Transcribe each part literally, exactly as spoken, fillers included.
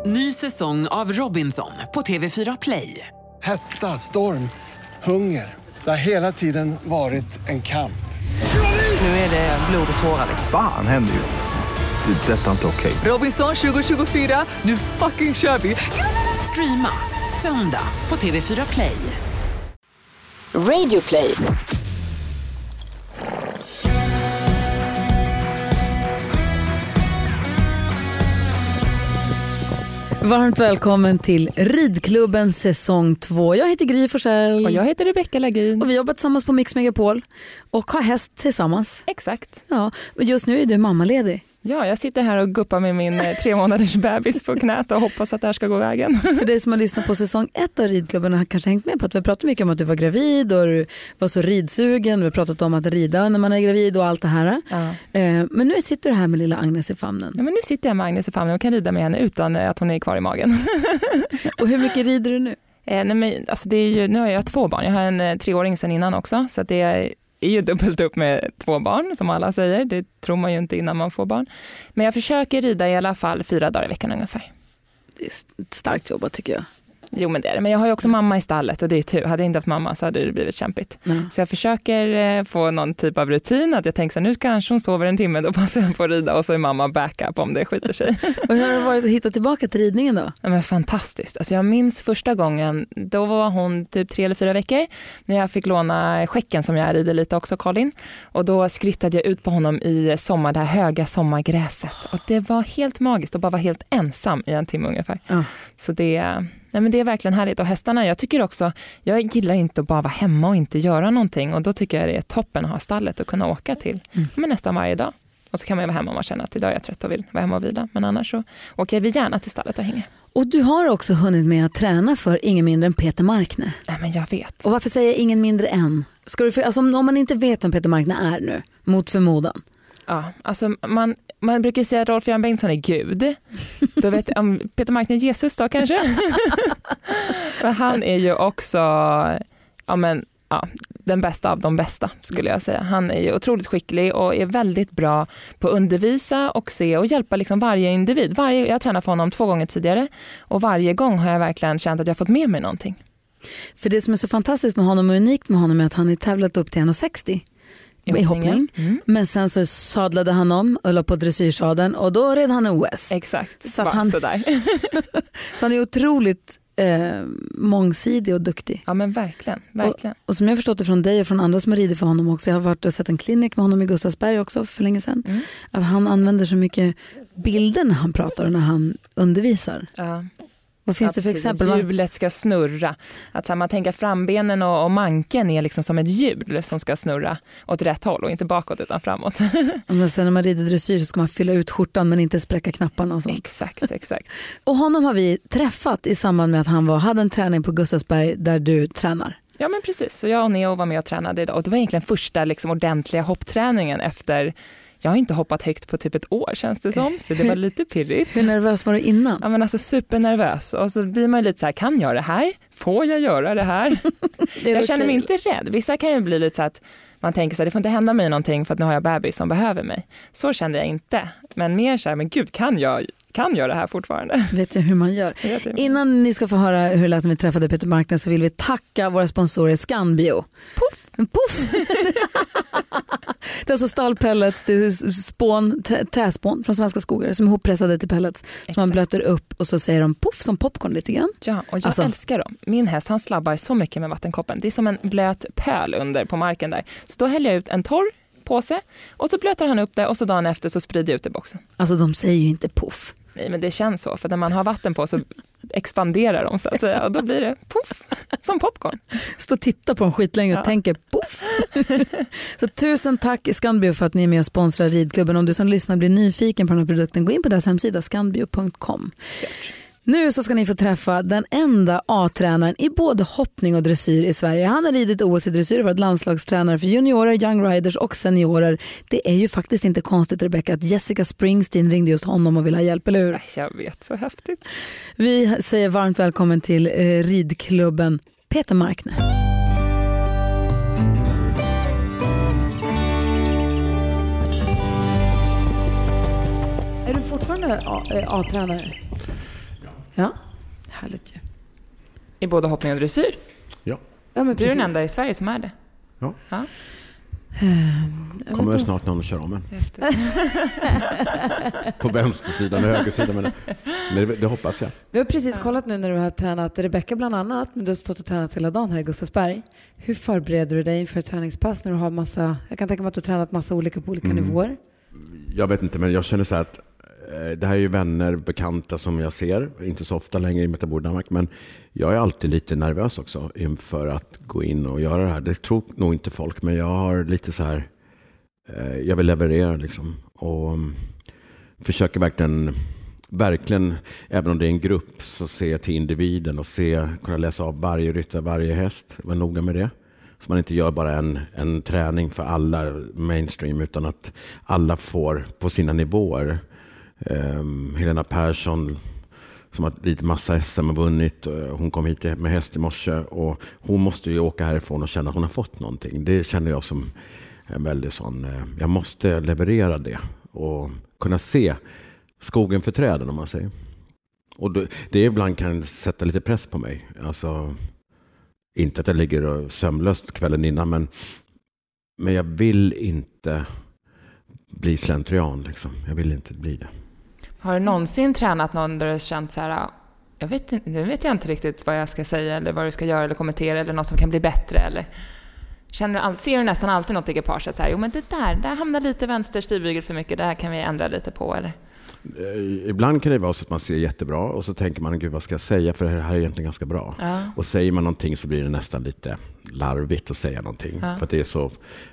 Ny säsong av Robinson på T V fyra Play. Hetta, storm, hunger. Det har hela tiden varit en kamp. Nu är det blod och tårar. Fan händer just det. Det är detta inte okej. Robinson tjugo tjugofyra, nu fucking kör vi. Streama söndag på T V fyra Play. Radio Play. Varmt välkommen till Ridklubben säsong två. Jag heter Gry Forssell. Och jag heter Rebecca Lagin. Och vi jobbar tillsammans på Mix Megapol och har häst tillsammans. Exakt. Ja, och just nu är du mammaledig. Ja, jag sitter här och guppar med min tre månaders bebis på knät och hoppas att det här ska gå vägen. För dig som har lyssnat på säsong ett av Ridklubben har kanske hängt med på att vi pratat mycket om att du var gravid och du var så ridsugen. Vi har pratat om att rida när man är gravid och allt det här. Ja. Men nu sitter du här med lilla Agnes i famnen. Ja, men nu sitter jag med Agnes i famnen och kan rida med henne utan att hon är kvar i magen. Och hur mycket rider du nu? Eh, nej, men, alltså det är ju, nu har jag två barn. Jag har en eh, treåring sedan innan också, så att det är är ju dubbelt upp med två barn som alla säger. Det tror man ju inte innan man får barn. Men jag försöker rida i alla fall fyra dagar i veckan ungefär. Det är ett starkt jobb tycker jag. Jo men det är det. Men jag har ju också mamma i stallet och det är tur. Hade jag inte haft mamma så hade det blivit kämpigt. Mm. Så jag försöker eh, få någon typ av rutin. Att jag tänker så här, nu kanske hon sover en timme, då passar jag på att rida och så är mamma backup om det skiter sig. Och hur har det varit att hitta tillbaka till ridningen då? Ja, men fantastiskt. Alltså jag minns första gången, då var hon typ tre eller fyra veckor när jag fick låna skäcken som jag rider lite också, Colin. Och då skrittade jag ut på honom i sommar, det här höga sommargräset. Och det var helt magiskt att bara vara helt ensam i en timme ungefär. Ja. Så det Nej, men det är verkligen härligt. Och hästarna, jag tycker också, jag gillar inte att bara vara hemma och inte göra någonting. Och då tycker jag det är toppen att ha stallet och kunna åka till mm. men nästan varje dag. Och så kan man ju vara hemma om man känner att idag är jag trött och vill vara hemma och vila. Men annars så åker vi gärna till stallet och hänger. Och du har också hunnit med att träna för ingen mindre än Peter Markne. Nej, men jag vet. Och varför säger jag ingen mindre än? Ska du, alltså, om man inte vet vem Peter Markne är nu, mot förmodan. Ja, alltså man, man brukar säga att Rolf-Göran Bengtsson är Gud. Då vet jag, om Peter Markne är Jesus då kanske. För han är ju också ja, men, ja, den bästa av de bästa skulle jag säga. Han är ju otroligt skicklig och är väldigt bra på att undervisa och se och hjälpa liksom varje individ. Varje, jag tränar för honom två gånger tidigare och varje gång har jag verkligen känt att jag fått med mig någonting. För det som är så fantastiskt med honom och unikt med honom är att han är tävlat upp till en komma sextio. I hoppning. Mm. Men sen så sadlade han om och la på dressyrsadeln och då red han O S. Exakt, så, att han, sådär. Så han är otroligt eh, mångsidig och duktig. Ja men verkligen, verkligen. Och, och som jag har förstått det från dig och från andra som har ridit för honom också, jag har varit och sett en klinik med honom i Gustavsberg också för länge sedan, mm. att han använder så mycket bilder när han pratar och när han undervisar. Ja. Vad finns ja, det för exempel? Hjulet ska snurra. Att här, man tänker att frambenen och, och manken är liksom som ett hjul som ska snurra åt rätt håll och inte bakåt utan framåt. Men sen när man rider dressyr så ska man fylla ut skjortan men inte spräcka knapparna och sånt. Exakt, exakt. Och honom har vi träffat i samband med att han var, hade en träning på Gustavsberg där du tränar. Ja men precis, så jag och Neo var med och tränade idag. Och det var egentligen första liksom, ordentliga hoppträningen efter... Jag har inte hoppat högt på typ ett år känns det som, så det var lite pirrigt. Hur nervös var du innan? Ja men alltså supernervös och så blir man ju lite så här, kan jag det här? Får jag göra det här? det jag känner mig inte rädd. Vissa kan ju bli lite så att man tänker så här, det får inte hända mig någonting för att nu har jag bebis som behöver mig. Så kände jag inte, men mer så här, men gud kan jag kan göra det här fortfarande. Vet du hur man gör? Innan ni ska få höra hur det lät när vi träffade Peter Markne så vill vi tacka våra sponsorer Scanbio. Puff! Puff! Det är alltså stallpellets, det är spån, trä, träspån från Svenska Skogar som är hoppressade till pellets. Exakt. Som man blöter upp och så säger de puff som popcorn lite grann. Ja, och jag alltså. älskar dem. Min häst han slabbar så mycket med vattenkoppen. Det är som en blöt pöl under på marken där. Så då häller jag ut en torr påse och så blöter han upp det och så dagen efter så sprider jag ut det i boxen. Alltså de säger ju inte puff. Nej men det känns så, för när man har vatten på så expanderar de så att säga och då blir det puff, som popcorn. Stå och titta på dem skitlänge och ja. tänker puff. Så tusen tack Scanbio för att ni är med och sponsrar Ridklubben. Om du som lyssnar blir nyfiken på den här produkten, gå in på deras hemsida scanbio punkt com. Nu så ska ni få träffa den enda A-tränaren i både hoppning och dressyr i Sverige. Han har ridit O S i dressyr och varit landslagstränare för juniorer, young riders och seniorer. Det är ju faktiskt inte konstigt, Rebecca, att Jessica Springsteen ringde just honom och ville ha hjälp, eller hur? Jag vet, så häftigt. Vi säger varmt välkommen till eh, Ridklubben, Peter Markne. Är du fortfarande A-tränare? Ja, härligt ju. I både hoppning och dressyr? Ja. Ja, men Du är precis. den enda i Sverige som är det. Ja. Ja. Um, Kommer väl snart någon att köra om en. På vänstersidan och högersidan. Men, men det, det hoppas jag. Vi har precis kollat nu när du har tränat Rebecca bland annat, men du har stått och tränat hela dagen här i Gustavsberg. Hur förbereder du dig inför ett träningspass när du har massa, jag kan tänka mig att du har tränat massa olika på olika mm. nivåer? Jag vet inte, men jag känner så här att eh, det här är ju vänner, bekanta som jag ser, inte så ofta längre i mitt bor i Danmark, men jag är alltid lite nervös också inför att gå in och göra det här. Det tror nog inte folk, men jag har lite så här, eh, jag vill leverera liksom och um, försöker verkligen verkligen, även om det är en grupp, så ser jag till individen och se, kunna läsa av varje ryttare, varje häst, var noga med det. Så man inte gör bara en, en träning för alla mainstream, utan att alla får på sina nivåer. Um, Helena Persson som har lite massa S M och vunnit, hon kom hit med häst i morse och hon måste ju åka härifrån och känna att hon har fått någonting. Det känner jag som en väldigt sån, jag måste leverera det och kunna se skogen för träden, om man säger. Och det, det ibland kan sätta lite press på mig. Alltså, inte att jag ligger och sömnlöst kvällen innan, men, men jag vill inte bli slentrian. Liksom. Jag vill inte bli det. Har du någonsin tränat någon där du känt så här, jag vet inte, nu vet jag inte riktigt vad jag ska säga eller vad du ska göra eller kommentera eller något som kan bli bättre, eller känner du alltid, ser du nästan alltid något i ekipaget så här, jo men det där, där hamnar lite vänster styrbygel för mycket, det här kan vi ändra lite på, eller? Ibland kan det vara så att man ser jättebra och så tänker man, gud vad ska jag säga, för det här är egentligen ganska bra. Ja. Och säger man någonting så blir det nästan lite larvigt att säga någonting. Ja. För att det är så...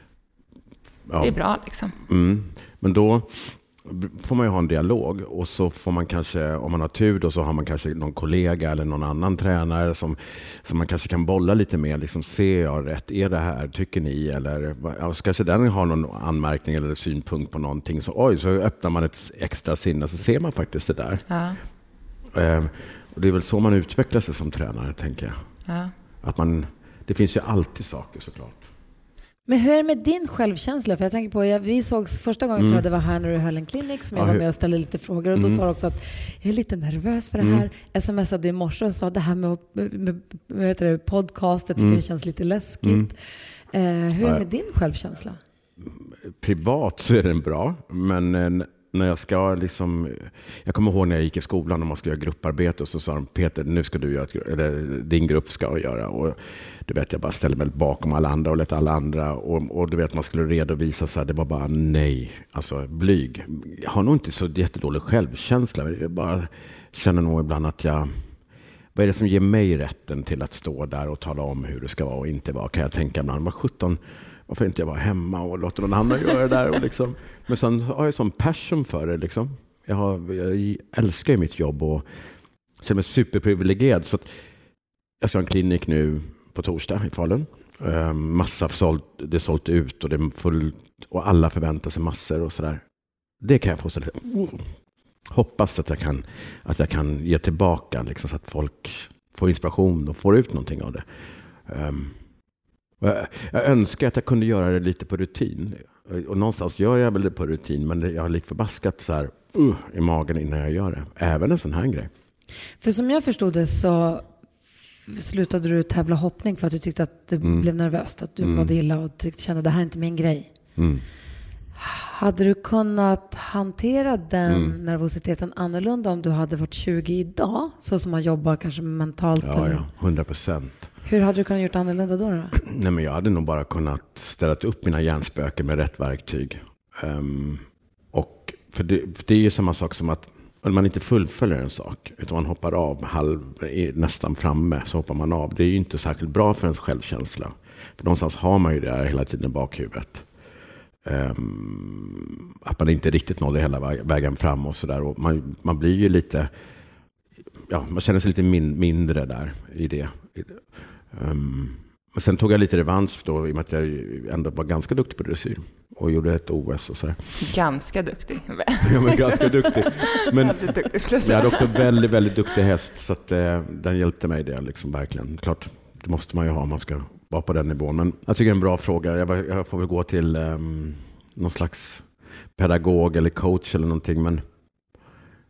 Ja. Det är bra liksom. Mm. Men då får man ju ha en dialog och så får man kanske, om man har tur då, så har man kanske någon kollega eller någon annan tränare som, som man kanske kan bolla lite med, liksom, ser jag rätt, är det här, tycker ni, eller ja, så kanske den har någon anmärkning eller synpunkt på någonting, så oj, så öppnar man ett extra sinne, så ser man faktiskt det där. Ja. ehm, och det är väl så man utvecklar sig som tränare, tänker jag. Ja. Att man, det finns ju alltid saker, såklart. Men hur är det med din självkänsla? För jag tänker på, jag, vi sågs första gången, mm. tror jag det var här när du höll en klinik som jag ja, var med och ställde lite frågor och då mm. sa du också att jag är lite nervös för det här. Mm. Smsade i morse och sa det här med, med, med, med heter det, podcast, jag tycker mm. det känns lite läskigt. Mm. Eh, hur är det med din självkänsla? Privat så är den bra, men eh, när jag ska liksom, jag kommer ihåg när jag gick i skolan och man skulle göra grupparbete och så sa de, Peter, nu ska du göra, eller din grupp ska göra, och du vet, jag bara ställde mig bakom alla andra och lät alla andra, och, och du vet, man skulle redovisa så här, det var bara nej, alltså blyg. Jag har nog inte så jättedålig självkänsla, jag bara känner nog ibland att jag, vad är det som ger mig rätten till att stå där och tala om hur det ska vara och inte vara, kan jag tänka ibland, var sjutton, varför inte jag vara hemma och låta någon annan göra det där, och liksom. Men sen har jag sån passion för det liksom. Jag, har, jag älskar ju mitt jobb och känner mig superprivilegierad, så att jag ska ha en klinik nu på torsdag i Falun. Um, massa sålt, det är sålt ut och det är fullt och alla förväntar sig massor och sådär. Det kan jag få så lite. Oh. Hoppas att jag kan att jag kan ge tillbaka liksom, så att folk får inspiration och får ut någonting av det. Um, jag, jag önskar att jag kunde göra det lite på rutin. Och någonstans gör jag väl det på rutin, men jag har lite förbaskat så här uh, i magen innan jag gör det. Även en sån här grej. För som jag förstod det så slutade du tävla hoppning för att du tyckte att det mm. blev nervöst, att du mm. mådde illa och tyckte, kände att det här är inte min grej. Mm. Hade du kunnat hantera den mm. nervositeten annorlunda om du hade varit tjugo idag, så som man jobbar kanske mentalt? Ja, eller? ja, hundra procent. Hur hade du kunnat gjort annorlunda då? då? Nej, men jag hade nog bara kunnat ställa upp mina hjärnspöken med rätt verktyg. Um, och för det, för det är ju samma sak som att om man inte fullföljer en sak, utan man hoppar av halv, nästan framme, så hoppar man av. Det är ju inte särskilt bra för ens självkänsla. För någonstans har man ju det här hela tiden i bakhuvudet. Um, att man inte riktigt nådde hela vägen fram och sådär. Och man, man blir ju lite, ja, man känner sig lite min, mindre där i det. Um, men sen tog jag lite revansch då, i och med att jag ändå var ganska duktig på dressyr och gjorde ett O S och sådär. Ganska duktig. Ja, men ganska duktig. Men jag hade också väldigt, väldigt duktig häst, så att eh, den hjälpte mig det liksom, verkligen. Klart, det måste man ju ha om man ska vara på den nivån. Men jag tycker det är en bra fråga. Jag, jag får väl gå till um, någon slags pedagog eller coach eller någonting, men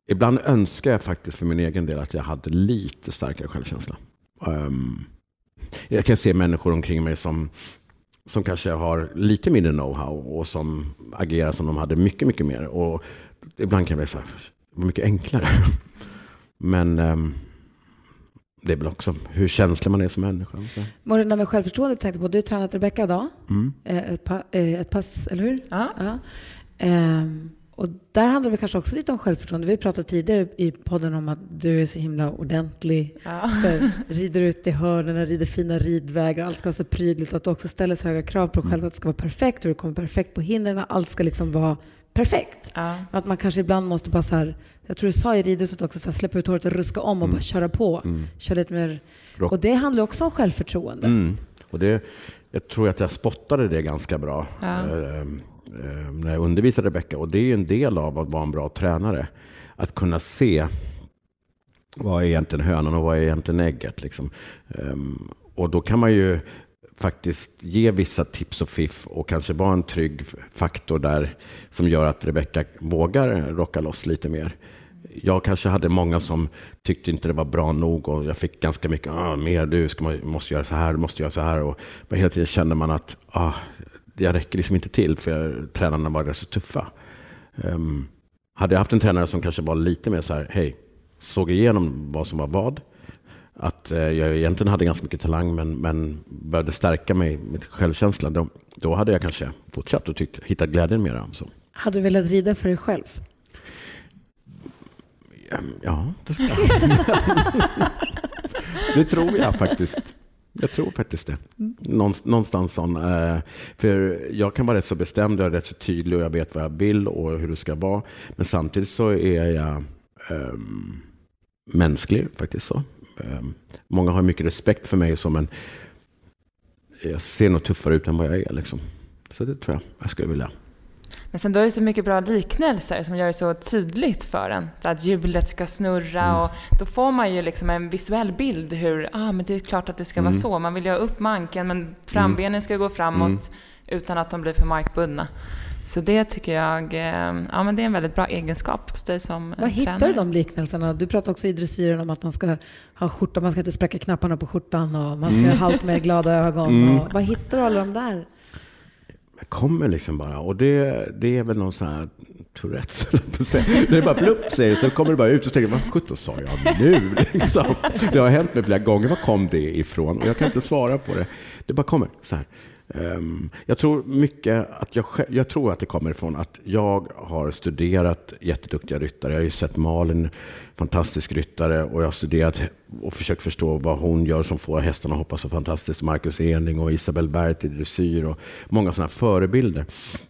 ibland önskar jag faktiskt för min egen del att jag hade lite starkare självkänsla. Um, jag kan se människor omkring mig som, som kanske har lite mindre know-how och som agerar som de hade mycket, mycket mer. Och ibland kan jag bli så här, mycket enklare. Men um, det är väl också hur känslig man är som människa. Morgon med självförtroende tänkte på, du har tränat Rebecca idag. Mm. Ett, pa, ett pass, eller hur? Ja. Ja. Um, och där handlar det kanske också lite om självförtroende. Vi pratade tidigare i podden om att du är så himla ordentlig. Ja. Så här, rider ut i hörnen, rider fina ridvägar. Allt ska vara så prydligt. Att du också ställer så höga krav på dig själv att det ska vara perfekt. Och du kommer perfekt på hindren. Allt ska liksom vara perfekt. Ja. Att man kanske ibland måste bara så här, jag tror du sa i ridhuset också, så här, släppa ut håret och ruska om och mm. bara köra på. Mm. Köra lite mer. Rock. Och det handlar också om självförtroende. Mm. Och det, jag tror att jag spottade det ganska bra. Ja. Eh, eh, när jag undervisade Rebecca. Och det är en del av att vara en bra tränare. Att kunna se vad är egentligen hönan och vad är egentligen ägget. Liksom. Um, och då kan man ju faktiskt ge vissa tips och fiff och kanske vara en trygg faktor där som gör att Rebecca vågar rocka loss lite mer. Jag kanske hade många som tyckte inte det var bra nog och jag fick ganska mycket ah, mer, du ska, måste göra så här, du måste göra så här och hela tiden kände man att ah, jag räcker liksom inte till för tränarna var rätt så tuffa. Um, hade jag haft en tränare som kanske var lite mer så här, hej, såg igenom vad som var vad, att eh, jag egentligen hade ganska mycket talang men, men började stärka mig med självkänsla, då, då hade jag kanske fortsatt och tyckt, hittat glädjen mer. Så. Hade du velat rida för dig själv? Ja, det tror jag. Det tror jag faktiskt. Jag tror faktiskt det. Någonstans sån. För jag kan vara rätt så bestämd, jag är rätt så tydlig och jag vet vad jag vill och hur det ska vara. Men samtidigt så är jag um, mänsklig faktiskt så. Um, många har mycket respekt för mig som en... Jag ser nog tuffare ut än vad jag är liksom. Så det tror jag jag skulle vilja. Men sen då är det så mycket bra liknelser som gör det så tydligt för en. Att hjulet ska snurra mm. och då får man ju liksom en visuell bild hur, ah men det är klart att det ska mm. vara så. Man vill ju ha upp manken men frambenen ska gå framåt mm. utan att de blir för markbundna. Så det tycker jag, ja men det är en väldigt bra egenskap hos dig som Vad hittar tränare. Du de liknelserna? Du pratar också i dressyren om att man ska ha skjorta, man ska inte spräcka knapparna på skjortan och man ska mm. göra halt med glada ögon. Mm. Och, vad hittar du alla de där? Det kommer liksom bara. Och det, det är väl någon sån här Tourettes. Det är bara plupp säger så kommer det bara ut och tänker vad sjutton sa jag nu? Liksom. Det har hänt mig flera gånger. Var kom det ifrån? Och jag kan inte svara på det. Det bara kommer så här. Um, jag tror mycket att jag, jag tror att det kommer ifrån att jag har studerat jätteduktiga ryttare. Jag har ju sett Malin, fantastisk ryttare, och jag har studerat och försökt förstå vad hon gör som får hästarna att hoppa så fantastiskt. Marcus Ening och Isabel Bert i dressyr och många sådana förebilder.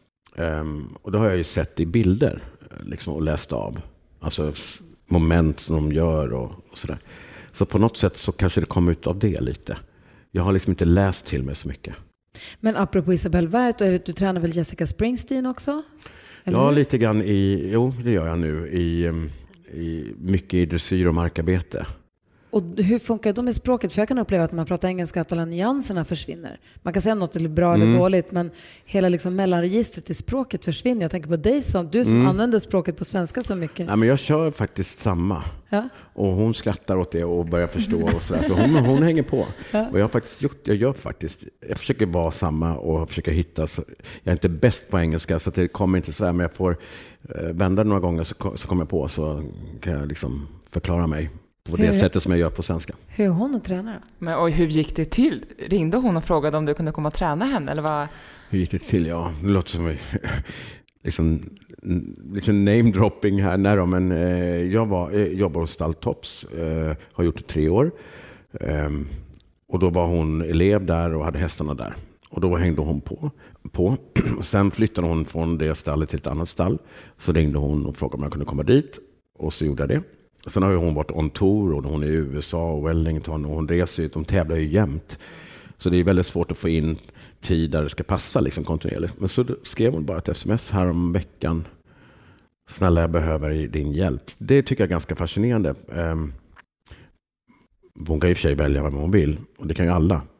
Um, och det har jag ju sett i bilder liksom, och läst av. Alltså moment som de gör och, och sådär. Så på något sätt så kanske det kommer ut av det lite. Jag har liksom inte läst till mig så mycket. Men apropå Isabel Wert, och jag vet, du tränar väl Jessica Springsteen också? Eller? Ja, lite grann i, jo det gör jag nu, i, i mycket i dressyr och markarbete. Och hur funkar det med språket? För jag kan uppleva att när man pratar engelska att alla nyanserna försvinner. Man kan säga något är bra eller mm. dåligt, men hela liksom mellanregistret i språket försvinner. Jag tänker på dig som, du som mm. använder språket på svenska så mycket. Ja, men jag kör faktiskt samma. Ja. Och hon skrattar åt det och börjar förstå och sådär. Så hon, hon hänger på. Ja. Och jag har faktiskt gjort, jag gör faktiskt, jag försöker vara samma och försöker hitta, så, jag är inte bäst på engelska så det kommer inte sådär, men jag får eh, vända några gånger så, så kommer jag på, så kan jag liksom förklara mig. På det hur, sättet som jag gör på svenska. Hur är hon att träna? Men, och hur gick det till? Ringde hon och frågade om du kunde komma och träna henne? Eller vad? Hur gick det till? Ja, det låter som liksom, liksom name-dropping här. Nej då, men eh, jag var, eh, jobbar hos Stalltops. Eh, har gjort det tre år. Eh, och då var hon elev där och hade hästarna där. Och då hängde hon på. på. Och sen flyttade hon från det stallet till ett annat stall. Så ringde hon och frågade om jag kunde komma dit. Och så gjorde jag det. Sen har hon varit on tour och hon är i U S A och Wellington och hon reser ut. De tävlar ju jämt. Så det är väldigt svårt att få in tid där det ska passa liksom kontinuerligt. Men så skrev hon bara ett sms här om veckan. Snälla, jag behöver din hjälp. Det tycker jag är ganska fascinerande. Hon kan ju för sig välja vad hon vill. Och det kan ju alla.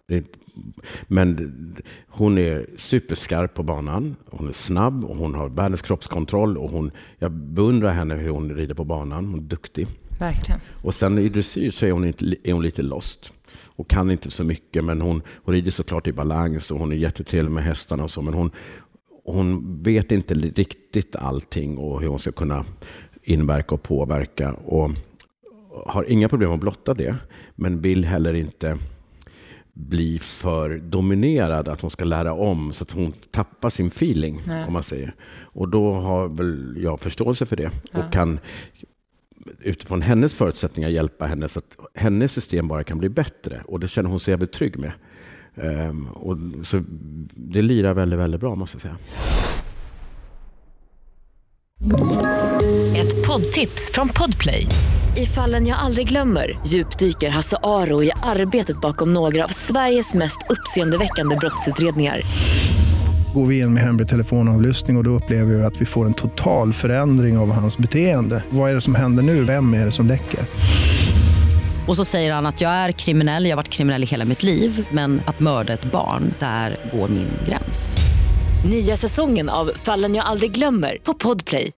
Det är, men hon är superskarp på banan. Hon är snabb och hon har världens kroppskontroll. Och hon, jag beundrar henne hur hon rider på banan. Hon är duktig. Verkligen. Och sen i dressyr så är hon, inte, är hon lite lost. Och kan inte så mycket, men hon, hon rider såklart i balans och hon är jättetrevlig med hästarna och så. Men hon, hon vet inte riktigt allting och hur hon ska kunna inverka och påverka. Och har inga problem att blotta det, men vill heller inte bli för dominerad att hon ska lära om så att hon tappar sin feeling. Nej. Om man säger. Och då har väl jag förståelse för det ja. Och kan utifrån hennes förutsättningar hjälpa henne så att hennes system bara kan bli bättre, och det känner hon sig jävligt trygg med. Um, och så det lirar väldigt, väldigt bra, måste jag säga. Ett poddtips från Podplay. I Fallen jag aldrig glömmer djupdyker Hasse Aro i arbetet bakom några av Sveriges mest uppseendeväckande brottsutredningar. Går vi in med hemlig telefonavlyssning och då upplever vi att vi får en total förändring av hans beteende. Vad är det som händer nu? Vem är det som läcker? Och så säger han att jag är kriminell, jag har varit kriminell i hela mitt liv, men att mörda ett barn, där går min gräns. Nya säsongen av Fallen jag aldrig glömmer på Podplay.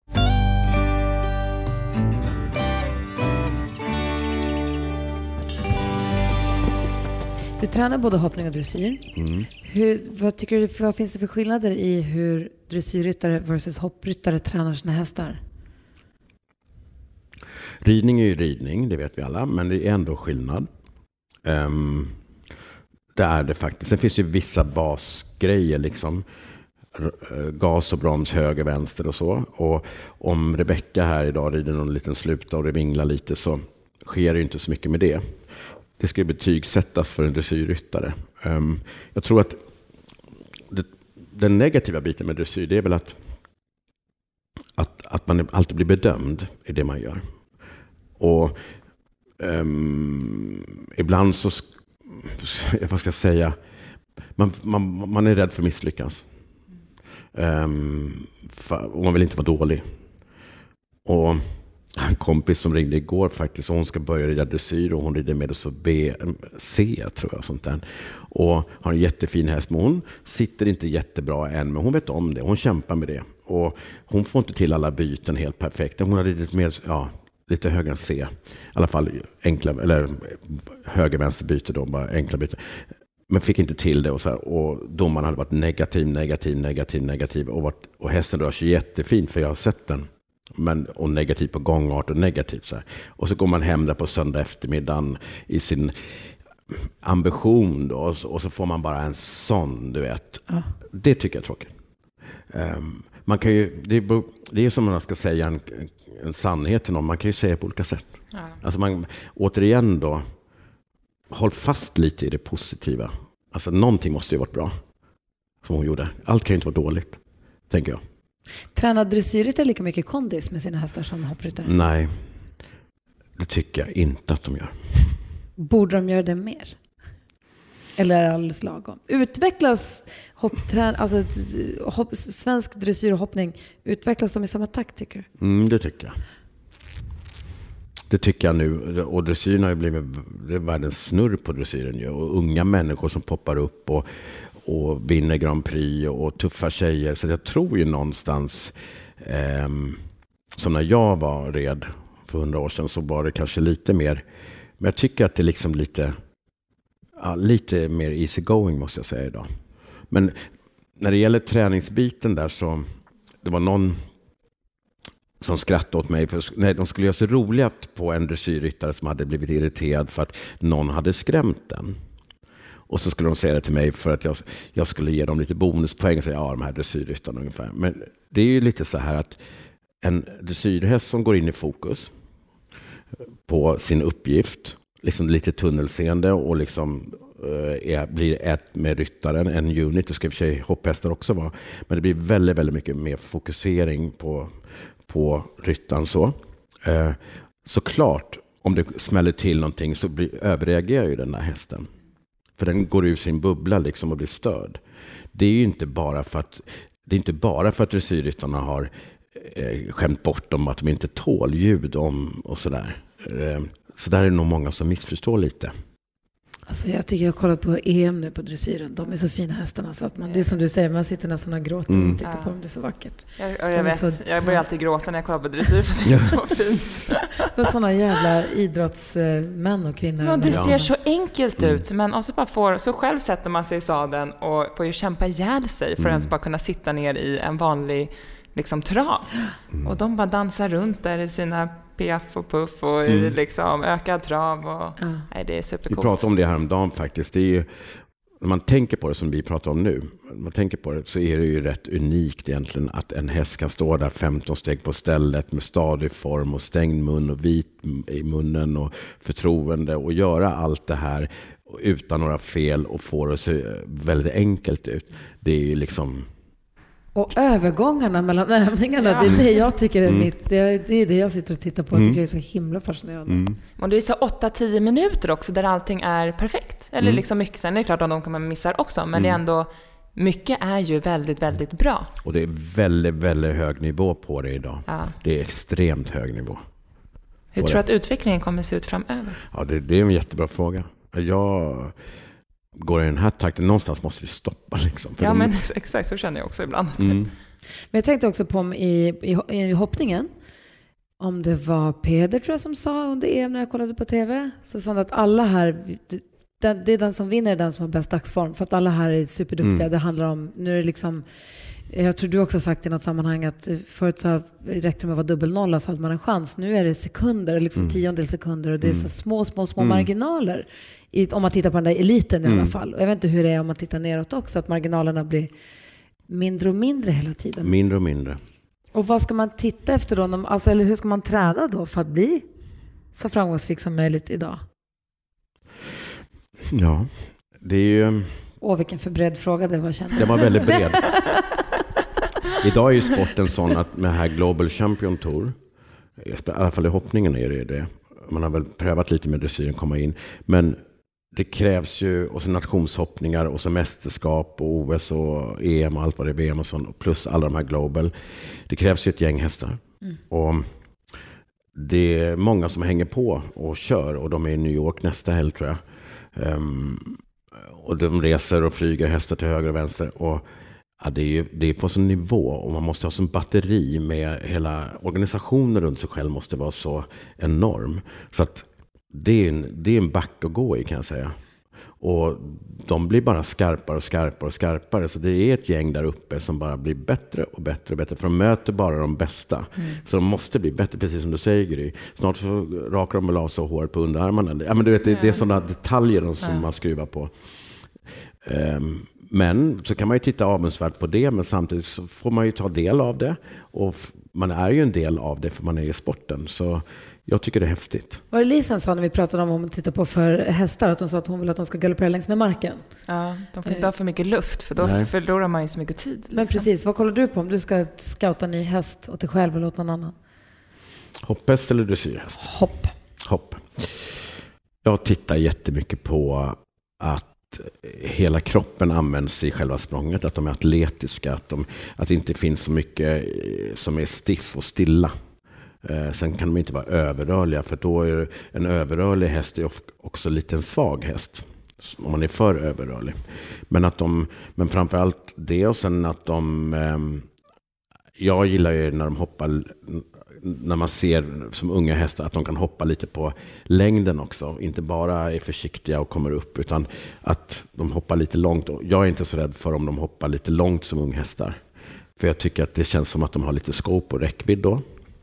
Du tränar både hoppning och dressyr. Mm. Hur, vad, tycker du, vad finns det för skillnader i hur dressyrryttare versus hoppryttare tränar sina hästar? Ridning är ju ridning, det vet vi alla, men det är ändå skillnad. Um, det är det faktiskt. Sen finns ju vissa basgrejer, liksom gas och broms, höger, vänster och så. Och om Rebecca här idag rider någon liten sluta och det vinglar lite, så sker det ju inte så mycket med det. Det ska ju betygsättas för en dressyrryttare. Um, jag tror att det, den negativa biten med dressyr, det är väl att, att, att man alltid blir bedömd i det man gör. Och um, ibland så, vad ska jag säga, man, man, man är rädd för att misslyckas. Um, för, och man vill inte vara dålig. Och en kompis som ringde igår faktiskt, och hon ska börja rida dressyr och hon rider med oss B, C tror jag, sånt där. Och har en jättefin häst, men hon sitter inte jättebra än, men hon vet om det, hon kämpar med det. Och hon får inte till alla byten helt perfekt. Hon har ridit mer, ja, lite högre än C. I alla fall enkla, eller höger vänster byte då, bara enkla byten. Men fick inte till det, och, så här, och domaren hade varit negativ, negativ, negativ, negativ och, varit, och hästen rör sig jättefint, för jag har sett den. Men, och negativ på gångart och negativt så här. Och så går man hem där på söndag eftermiddagen i sin ambition då, och, så, och så får man bara en sån, du vet. Ja. Det tycker jag är tråkigt. Um, man kan ju, det är, det är som man ska säga en, en sannhet till någon, man kan ju säga på olika sätt. Ja. Alltså man, återigen då, håll fast lite i det positiva. Alltså någonting måste ju varit bra, som hon gjorde. Allt kan ju inte vara dåligt, tänker jag. Tränar dressyrryttare lika mycket kondis med sina hästar som hoppryttare? Nej, det tycker jag inte att de gör. Borde de göra det mer? Eller är det alldeles lagom? Utvecklas hoppträn, alltså hopp, svensk dressyr och hoppning, utvecklas de i samma takt, tycker du? Mm, det tycker jag. Det tycker jag nu. Och dressyren har ju blivit, det är världens snurr på dressyren ju. Och unga människor som poppar upp och och vinner Grand Prix och tuffa tjejer. Så jag tror ju någonstans eh, som när jag var red för hundra år sedan, så var det kanske lite mer, men jag tycker att det är liksom lite ja, lite mer easy going, måste jag säga idag. Men när det gäller träningsbiten där, så det var någon som skrattade åt mig för nej, de skulle göra sig roliga på en dressyrryttare som hade blivit irriterad för att någon hade skrämt den. Och så skulle de säga det till mig för att jag, jag skulle ge dem lite bonuspoäng och säga ja, de här dressyrryttarna ungefär. Men det är ju lite så här att en dressyrhäst som går in i fokus på sin uppgift, liksom lite tunnelseende och liksom är, blir ett med ryttaren, en unit, det ska i och för sig hopphästar också vara, men det blir väldigt, väldigt mycket mer fokusering på, på ryttaren så. Eh, såklart, om det smäller till någonting så blir, överreagerar ju den där hästen. För den går ur sin bubbla liksom och blir störd. Det är ju inte bara för att det är inte bara för att dressyrryttarna har eh, skämt bort om att de inte tål ljud om och sådär. Eh, så där är det nog många som missförstår lite. Alltså jag tycker jag har kollat på E M nu på dressyren. De är så fina hästarna så att man, det är som du säger, man sitter nästan och gråter mm. och tittar ja. på dem. Det är så vackert. Jag, jag, jag vet, så, jag börjar alltid gråta när jag kollar på dressyr för det är så fint. Det är sådana jävla idrottsmän och kvinnor. Ja, det ser så enkelt ut, men också bara får, så själv sätter man sig i sadeln och får ju kämpa ihjäl sig för mm. att ens bara kunna sitta ner i en vanlig liksom trav. Mm. Och de bara dansar runt där i sina piaff och puff och mm. i liksom ökad trav och ja. Nej, det är supercoolt. Vi pratade om det här om dagen faktiskt. Det är ju, när man tänker på det som vi pratar om nu, när man tänker på det så är det ju rätt unikt egentligen att en häst kan stå där femton steg på stället med stadig form och stängd mun och vit i munnen och förtroende och göra allt det här utan några fel och få det att se väldigt enkelt ut. Det är ju liksom... Och övergångarna mellan övningarna, ja. det är det jag tycker är mm. mitt. Det är det jag sitter och tittar på. Jag tycker mm. det är så himla fascinerande. Mm. Och det är så åtta till tio minuter också där allting är perfekt. Eller mm. liksom mycket. Sen är det klart att de kan man missa också. Men mm. det är ändå, mycket är ju väldigt, väldigt bra. Och det är väldigt, väldigt hög nivå på det idag. Ja. Det är extremt hög nivå. Hur tror du att utvecklingen kommer se ut framöver? Ja, det, det är en jättebra fråga. Jag... går i den här takten, någonstans måste vi stoppa liksom. Ja, de... men exakt så känner jag också ibland. Mm. Men jag tänkte också på om i, i, i hoppningen, om det var Peder tror jag som sa under E M när jag kollade på tv, så sa att alla här, det, det är den som vinner, den som har bäst dagsform, för att alla här är superduktiga. Mm. Det handlar om, nu är det liksom, jag tror du också har sagt i något sammanhang att förut så räckte det med att vara dubbelnolla så hade man en chans. Nu är det sekunder, liksom mm. tiondel sekunder och det är så små, små, små mm. marginaler. I, om man tittar på den där eliten i mm. alla fall. Och jag vet inte hur det är om man tittar neråt också, att marginalerna blir mindre och mindre hela tiden. Mindre och mindre. Och vad ska man titta efter då? Alltså, eller hur ska man träna då för att bli så framgångsrik som möjligt idag? Ja, det är ju... Åh, vilken förbred fråga det var, kände. Det var väldigt bred. Idag är ju sporten sån att med här Global Champion Tour, i alla fall i hoppningen är det det. Man har väl prövat lite med dressyren komma in. Men det krävs ju, och så nationshoppningar och så mästerskap och O S och E M och allt vad det är, V M och sånt, plus alla de här Global. Det krävs ju ett gäng hästar. Mm. Och det är många som hänger på och kör, och de är i New York nästa helg tror jag. Um, och de reser och flyger hästar till höger och vänster, och ja, det är ju det är på sån nivå, och man måste ha sån batteri med hela organisationen runt sig själv måste vara så enorm. Så att det är en, det är en back att gå i, kan jag säga. Och de blir bara skarpare och skarpare och skarpare. Så det är ett gäng där uppe som bara blir bättre och bättre och bättre. För de möter bara de bästa. Mm. Så de måste bli bättre, precis som du säger, Gry. Snart så rakar de väl av sig håret på underarmarna. Ja, men du vet, det, det är sådana detaljer som ja. man skruvar på. Um, men så kan man ju titta avundsvärt på det, men samtidigt så får man ju ta del av det. Och f- man är ju en del av det för man är i sporten. Så jag tycker det är häftigt. Var det Lisen sa när vi pratade om att titta på för hästar, att hon sa att hon vill att de ska galoppera längs med marken? Ja, de får inte ha för mycket luft, för då Nej. förlorar man ju så mycket tid. Liksom. Men precis, vad kollar du på om du ska scouta en ny häst åt dig själv eller åt någon annan? Hopphäst eller dressyrhäst? Hopp. Hopp. Jag tittar jättemycket på att hela kroppen används i själva språnget, att de är atletiska, att, de, att det inte finns så mycket som är stiff och stilla. Eh, sen kan de inte vara överrörliga, för då är en överrörlig häst är också lite en svag häst om man är för överrörlig. Men, att de, men framförallt det, och sen att de eh, jag gillar ju när de hoppar, när man ser som unga hästar att de kan hoppa lite på längden också. Inte bara är försiktiga och kommer upp, utan att de hoppar lite långt. Jag är inte så rädd för om de hoppar lite långt som unga hästar. För jag tycker att det känns som att de har lite scope och räckvidd då.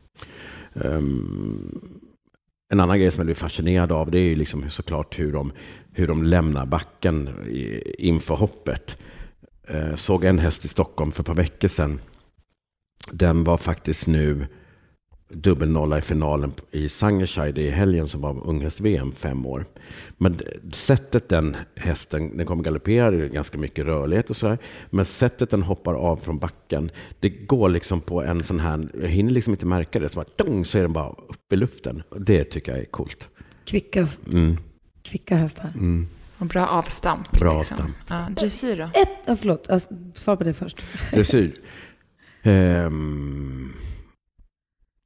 Um, en annan grej som jag blir fascinerad av, det är ju liksom såklart hur de, hur de lämnar backen i, inför hoppet. Uh, såg en häst i Stockholm för ett par veckor sedan. Den var faktiskt nu dubbelnolla i finalen i Sangerscheid i helgen, som var unghäst-V M fem år. Men sättet den hästen, den kommer galoppera, det är ganska mycket rörlighet och sådär, men sättet den hoppar av från backen, det går liksom på en sån här, jag hinner liksom inte märka det, så, bara, dong, så är den bara uppe i luften. Det tycker jag är coolt. Kvicka, mm. kvicka hästar. Mm. Och bra avstamp. Bra liksom. avstamp. Ja, dressyr då? Ett, oh, förlåt, alltså, svar på det först. Dressyr. Um,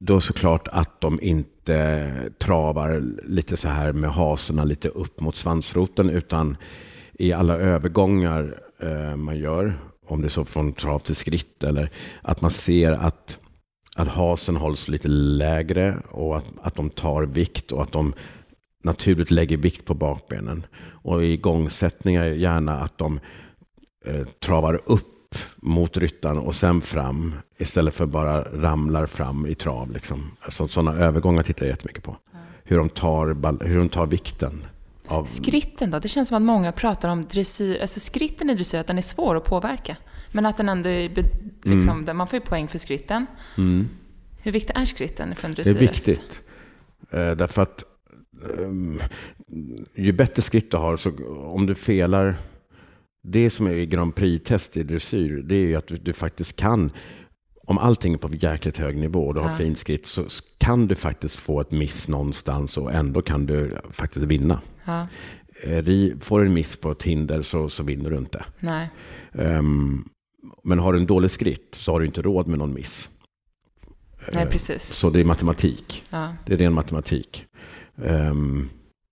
då såklart att de inte travar lite så här med hasorna lite upp mot svansroten, utan i alla övergångar eh, man gör, om det är så från trav till skritt, eller att man ser att, att hasen hålls lite lägre och att, att de tar vikt och att de naturligt lägger vikt på bakbenen. Och i igångsättningar gärna att de eh, travar upp mot ryttan och sen fram istället för bara ramlar fram i trav. Liksom. Alltså, sådana övergångar tittar jag jättemycket på. Ja. Hur, de tar, hur de tar vikten. Av... Skritten då? Det känns som att många pratar om dressyr. Alltså skritten i dressyr, att den är svår att påverka. Men att den ändå är, liksom, mm. man får ju poäng för skritten. Mm. Hur viktig är skritten för en dressyrhäst? Det är viktigt. Eh, därför att um, ju bättre skritt du har, så om du felar, det som är i Grand Prix-test i dressyr, det är ju att du, du faktiskt kan, om allting är på jäkligt hög nivå och du har ja. fin skritt, så kan du faktiskt få ett miss någonstans och ändå kan du faktiskt vinna. Ja. Får du en miss på ett hinder så, så vinner du inte. Nej. Um, men har du en dålig skritt så har du inte råd med någon miss. Nej, precis. Så det är matematik. Ja. Det är ren matematik. Um,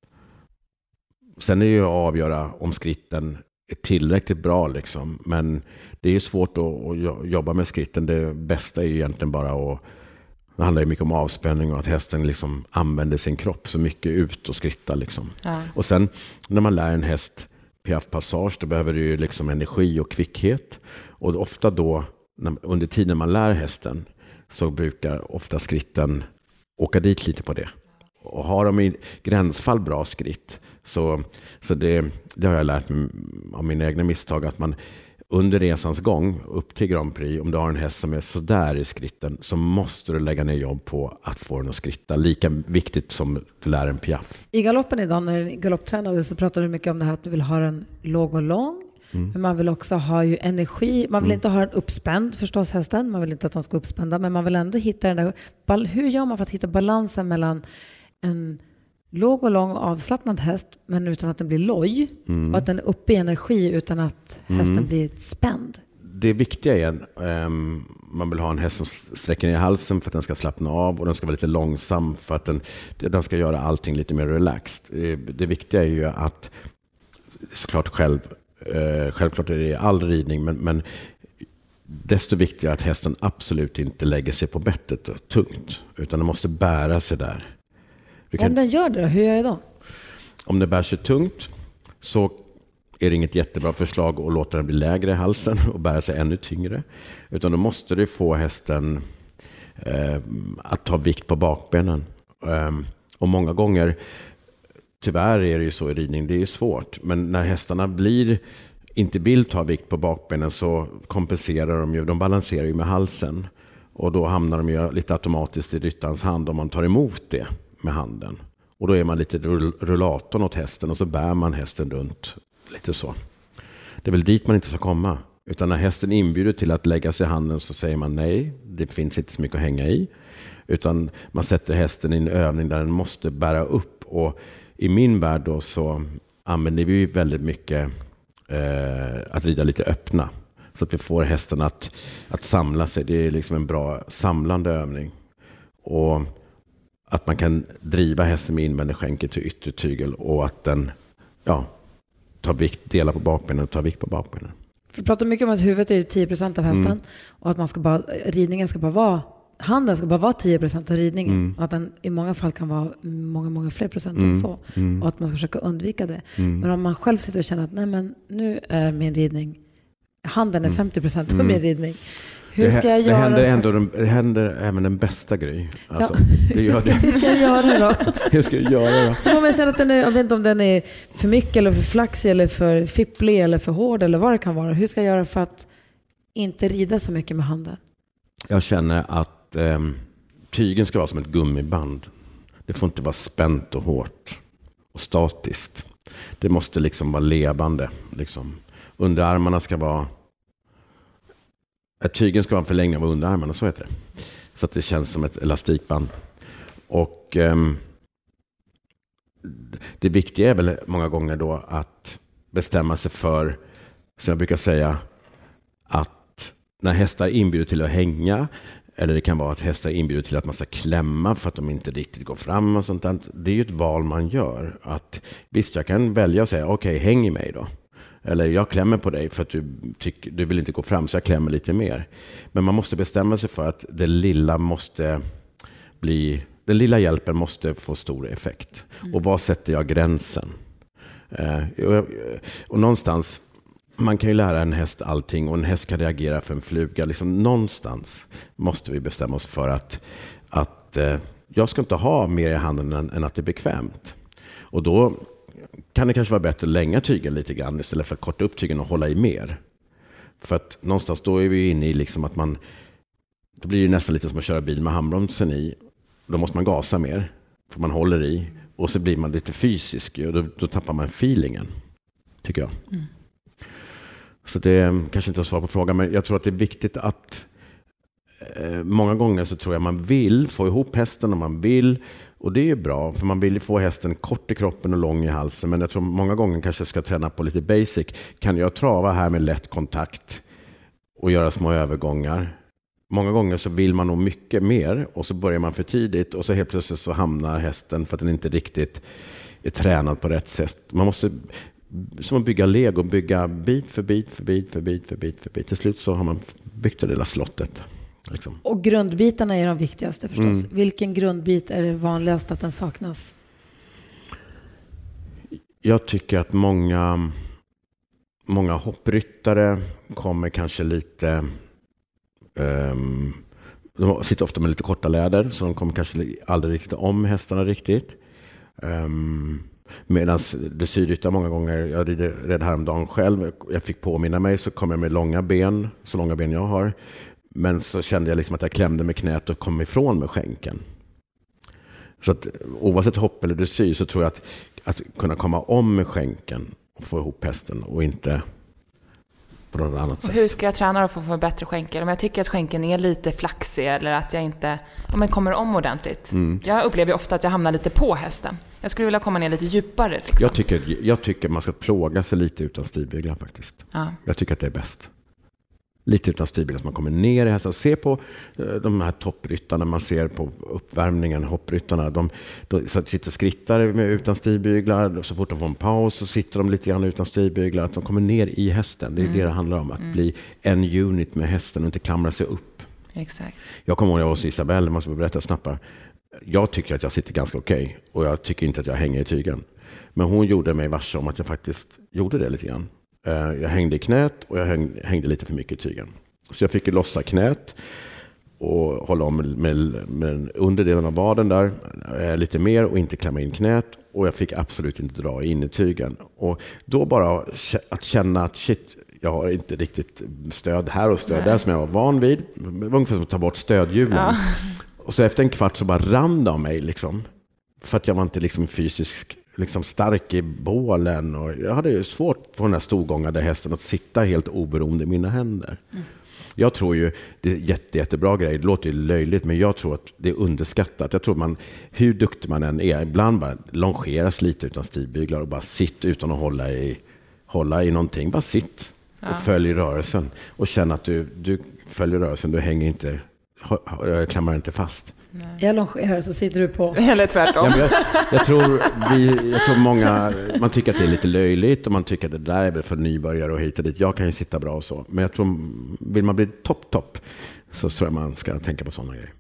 sen är det ju att avgöra om skritten är tillräckligt bra liksom. Men det är ju svårt att, att jobba med skritten. Det bästa är ju egentligen bara att, det handlar ju mycket om avspänning och att hästen liksom använder sin kropp så mycket ut och skritta liksom. Ja. Och sen när man lär en häst piaff passage, då behöver du ju liksom energi och kvickhet. Och ofta då, när, under tiden man lär hästen, så brukar ofta skritten åka dit lite på det. Och har de i gränsfall bra skritt, så, så det, det har jag lärt mig av mina egna misstag, att man under resans gång upp till Grand Prix, om du har en häst som är så där i skritten, så måste du lägga ner jobb på att få den att skritta. Lika viktigt som du lär en piaff. I galoppen idag, när du galopptränade, så pratade du mycket om det här att du vill ha den låg och lång. Mm. Men man vill också ha ju energi. Man vill mm. inte ha den uppspänd förstås, hästen. Man vill inte att de ska uppspända. Men man vill ändå hitta den där... Hur gör man för att hitta balansen mellan en låg och lång avslappnad häst, men utan att den blir loj, mm. och att den är uppe i energi utan att hästen mm. blir spänd? Det viktiga är um, man vill ha en häst som sträcker ner halsen för att den ska slappna av, och den ska vara lite långsam för att den, den ska göra allting lite mer relaxed. Det viktiga är ju att såklart själv uh, självklart är det i all ridning, men, men desto viktigare att hästen absolut inte lägger sig på bettet och tungt, utan den måste bära sig där. Kan, om den gör det, hur gör jag då? Om den bär sig tungt så är det inget jättebra förslag att låta den bli lägre i halsen och bära sig ännu tyngre. Utan då måste du få hästen eh, att ta vikt på bakbenen. Eh, och många gånger, tyvärr är det ju så i ridning, det är svårt. Men när hästarna blir, inte vill ta vikt på bakbenen, så kompenserar de ju, de balanserar ju med halsen. Och då hamnar de ju lite automatiskt i ryttans hand om man tar emot det med handen. Och då är man lite rullatorn åt hästen och så bär man hästen runt lite så. Det är väl dit man inte ska komma. Utan när hästen inbjuder till att lägga sig i handen, så säger man nej, det finns inte så mycket att hänga i. Utan man sätter hästen i en övning där den måste bära upp. Och i min värld då så använder vi väldigt mycket eh, att rida lite öppna. Så att vi får hästen att, att samla sig. Det är liksom en bra samlande övning. Och att man kan driva hästen med invändig skänkel till yttertygel, och att den ja, tar vikt, delar på bakbenen och tar vikt på bakbenen. Vi pratar mycket om att huvudet är tio procent av hästen, mm. och att man ska bara, ridningen ska bara vara, handen ska bara vara tio procent av ridningen. Mm. Och att den i många fall kan vara många, många fler procent mm. än så. Mm. Och att man ska försöka undvika det. Mm. Men om man själv sitter och känner att nej, men nu är min ridning, handen är femtio procent av mm. min ridning. Hur ska jag det, göra? Händer ändå, den, det händer även den bästa grej. Alltså, ja. det gör hur, ska, det. hur ska jag göra då? hur ska jag göra då? Om jag känner att den är, jag vet inte om den är för mycket eller för flaxig eller för fipplig eller för hård eller vad det kan vara. Hur ska jag göra för att inte rida så mycket med handen? Jag känner att eh, tygen ska vara som ett gummiband. Det får inte vara spänt och hårt och statiskt. Det måste liksom vara levande. Liksom. Underarmarna ska vara... Tygen ska vara en förlängning av underarmarna, så heter det. Så att det känns som ett elastikband. Och eh, det viktiga är väl många gånger då att bestämma sig för, som jag brukar säga, att när hästar inbjuder till att hänga Eller det kan vara att hästar inbjuder till att man ska klämma för att de inte riktigt går fram och sånt där. Det är ju ett val man gör. Att, visst, jag kan välja och säga okej, okay, häng i mig då. Eller jag klämmer på dig för att du, tyck, du vill inte gå fram så jag klämmer lite mer. Men man måste bestämma sig för att det lilla måste bli, den lilla hjälpen måste få stor effekt. Mm. Och var sätter jag gränsen? Eh, och, och någonstans, man kan ju lära en häst allting och en häst kan reagera för en fluga. Liksom, någonstans måste vi bestämma oss för att, att eh, jag ska inte ha mer i handen än, än att det är bekvämt. Och då kan det kanske vara bättre att länga tygen lite grann istället för att korta upp tygen och hålla i mer. För att någonstans då är vi inne i liksom att man, det blir ju nästan lite som att köra bil med handbromsen i. Då måste man gasa mer för man håller i och så blir man lite fysisk och då, då tappar man feelingen, tycker jag. Mm. Så det är kanske inte att svara på frågan, men jag tror att det är viktigt att eh, många gånger så tror jag man vill få ihop hästen och man vill. Och det är bra, för man vill ju få hästen kort i kroppen och lång i halsen. Men jag tror många gånger kanske ska träna på lite basic. Kan jag trava här med lätt kontakt och göra små övergångar? Många gånger så vill man nog mycket mer och så börjar man för tidigt och så helt plötsligt så hamnar hästen för att den inte riktigt är tränad på rätt sätt. Man måste, som att bygga Lego, bygga bit för bit för bit för bit för bit för bit. Till slut så har man byggt det lilla slottet. Liksom. Och grundbitarna är de viktigaste förstås. Mm. Vilken grundbit är det vanligast att den saknas? Jag tycker att många, många hoppryttare kommer kanske lite... Um, de sitter ofta med lite korta läder så de kommer kanske aldrig riktigt om hästarna riktigt. Um, Medan dressyrryttare många gånger, jag red häromdagen själv, jag fick påminna mig så kom jag med långa ben, så långa ben jag har. Men så kände jag liksom att jag klämde med knät och kom ifrån med skänken. Så att oavsett hopp eller dressyr så tror jag att, att kunna komma om med skänken och få ihop hästen och inte på något annat sätt. Och hur ska jag träna för att få bättre skänkel? Om jag tycker att skänken är lite flaxig eller att jag inte om jag kommer om ordentligt. Mm. Jag upplever ofta att jag hamnar lite på hästen. Jag skulle vilja komma ner lite djupare. Liksom. Jag, tycker, jag tycker man ska plåga sig lite utan stigbyglar faktiskt. Ja. Jag tycker att det är bäst. Lite utan stigbyglar så man kommer ner i hästen och se på de här toppryttarna, man ser på uppvärmningen, hoppryttarna, de, de sitter och skrittar med, utan stigbyglar, så fort de får en paus så sitter de lite grann utan stigbyglar, att de kommer ner i hästen, det är mm. det det handlar om, att mm. bli en unit med hästen och inte klamra sig upp. Exakt. Jag kommer ihåg när jag var hos Isabelle, man ska berätta snabbt. Jag tycker att jag sitter ganska okej okay, och jag tycker inte att jag hänger i tygen. Men hon gjorde mig varse om att jag faktiskt gjorde det lite grann. Jag hängde i knät och jag hängde lite för mycket i tygen. Så jag fick lossa knät och hålla om med, med, med underdelen av vaden där lite mer och inte klämma in knät. Och jag fick absolut inte dra in i tygen. Och då bara att känna att shit, jag har inte riktigt stöd här och stöd Nej. där som jag var van vid. Det var ungefär som att ta bort stödhjulen. Ja. Och så efter en kvart så bara rann det av mig liksom. För att jag var inte liksom fysisk liksom stark i bålen och jag hade ju svårt på den här storgångade hästen att sitta helt oberoende i mina händer. Mm. Jag tror ju det är jätte, jättebra grej. Det låter ju löjligt, men jag tror att det är underskattat. Jag tror man, hur duktig man än är, ibland bara longeras lite utan stigbyglar och bara sitt utan att hålla i, hålla i någonting. Bara sitt och ja. följ rörelsen och känn att du, du följer rörelsen. Du hänger inte, klamrar inte fast. Nej. Jag longerar så sitter du på. Eller tvärtom. Ja, jag, jag, tror vi, jag tror många, man tycker att det är lite löjligt och man tycker att det där är för nybörjare och hit och dit. Jag kan ju sitta bra och så. Men jag tror, vill man bli topp, topp så tror jag man ska tänka på sådana grejer.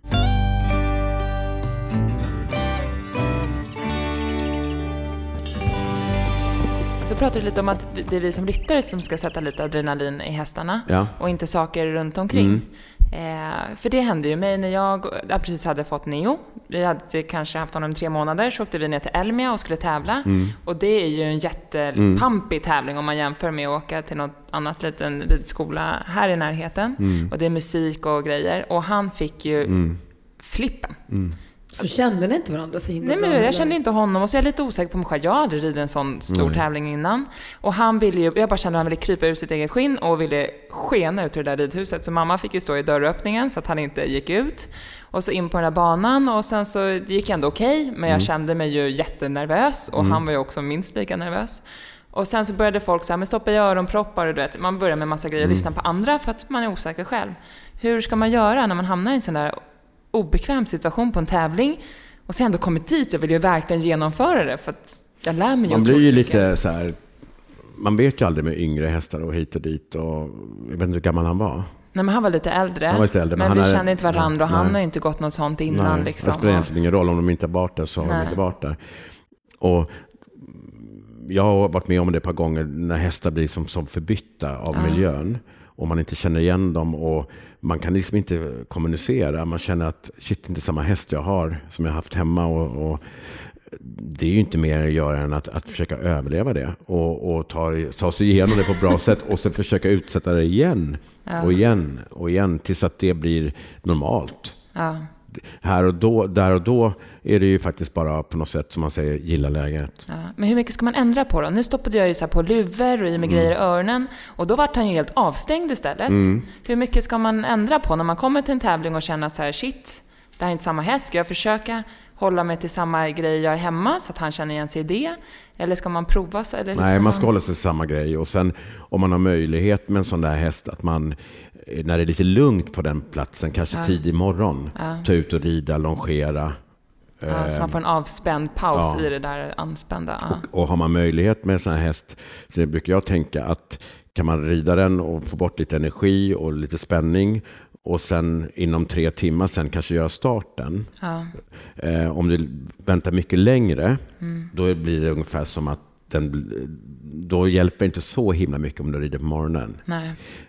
Så pratar du lite om att det är vi som ryttare som ska sätta lite adrenalin i hästarna ja. och inte saker runt omkring. Mm. Eh, för det hände ju mig när jag, jag precis hade fått Neo. Vi hade kanske haft honom i tre månader. Så åkte vi ner till Elmia och skulle tävla. Mm. Och det är ju en jättepampig mm. tävling om man jämför med att åka till något annat liten ridskola här i närheten. Mm. Och det är musik och grejer. Och han fick ju mm. flippen. Mm. Så kände ni inte varandra så himla Nej, men jag kände inte honom och så är jag lite osäker på mig själv. Jag hade ridit en sån stor Nej. tävling innan. Och han ville ju, jag bara kände att han ville krypa ur sitt eget skinn och ville skena ut ur det där ridhuset. Så mamma fick ju stå i dörröppningen så att han inte gick ut. Och så in på den där banan och sen så gick jag ändå okej. Okay, men jag mm. kände mig ju jättenervös och mm. han var ju också minst lika nervös. Och sen så började folk så här, men stoppa i öronproppar och du vet, man börjar med massa grejer och Mm. lyssna på andra för att man är osäker själv. Hur ska man göra när man hamnar i en sån där obekväm situation på en tävling och sen ändå kommit dit? Jag vill ju verkligen genomföra det för att jag lär mig ju. Man blir ju mycket. lite så här, man vet ju aldrig med yngre hästar och hit och dit, och jag vet inte hur gammal han var. Nej, men han var lite äldre, Han var lite äldre, men, men vi han är- kände inte varandra ja, och han nej. har ju inte gått något sånt innan. Nej, liksom. det spelar egentligen ingen roll. Om de inte har varit där så har de Nej. inte varit där. Och jag har varit med om det ett par gånger när hästar blir som, som förbytta av Ja. miljön. Och man inte känner igen dem och man kan liksom inte kommunicera. Man känner att shit, inte samma häst jag har som jag haft hemma. Och, och det är ju inte mer att göra än att, att försöka överleva det. Och, och ta, ta sig igenom det på ett bra sätt och sen försöka utsätta det igen. Ja. Och igen och igen tills att det blir normalt. Ja. Här och då, där och då är det ju faktiskt bara på något sätt som man säger gilla läget. Ja. Men hur mycket ska man ändra på då? Nu stoppade jag ju så här på luvor och i med grejer i öronen och då vart han ju helt avstängd istället. Mm. Hur mycket ska man ändra på när man kommer till en tävling och känner att så här, shit, det här är inte samma häst. Ska jag försöka hålla mig till samma grej jag är hemma så att han känner igen sig i det? Eller ska man prova? Eller hur Nej, ska man ska hålla sig till samma grej. Och sen om man har möjlighet med en sån där häst att man, när det är lite lugnt på den platsen, kanske Ja. tidig morgon, Ja. ta ut och rida, longera. Ja, så man får en avspänd paus ja. i det där anspända. Ja. Och, och har man möjlighet med en sån här häst, så brukar jag tänka att kan man rida den och få bort lite energi och lite spänning och sen inom tre timmar sen kanske göra starten. Ja. Eh, om du väntar mycket längre, Mm. då blir det ungefär som att den, då hjälper det inte så himla mycket om du rider på morgonen. Nej.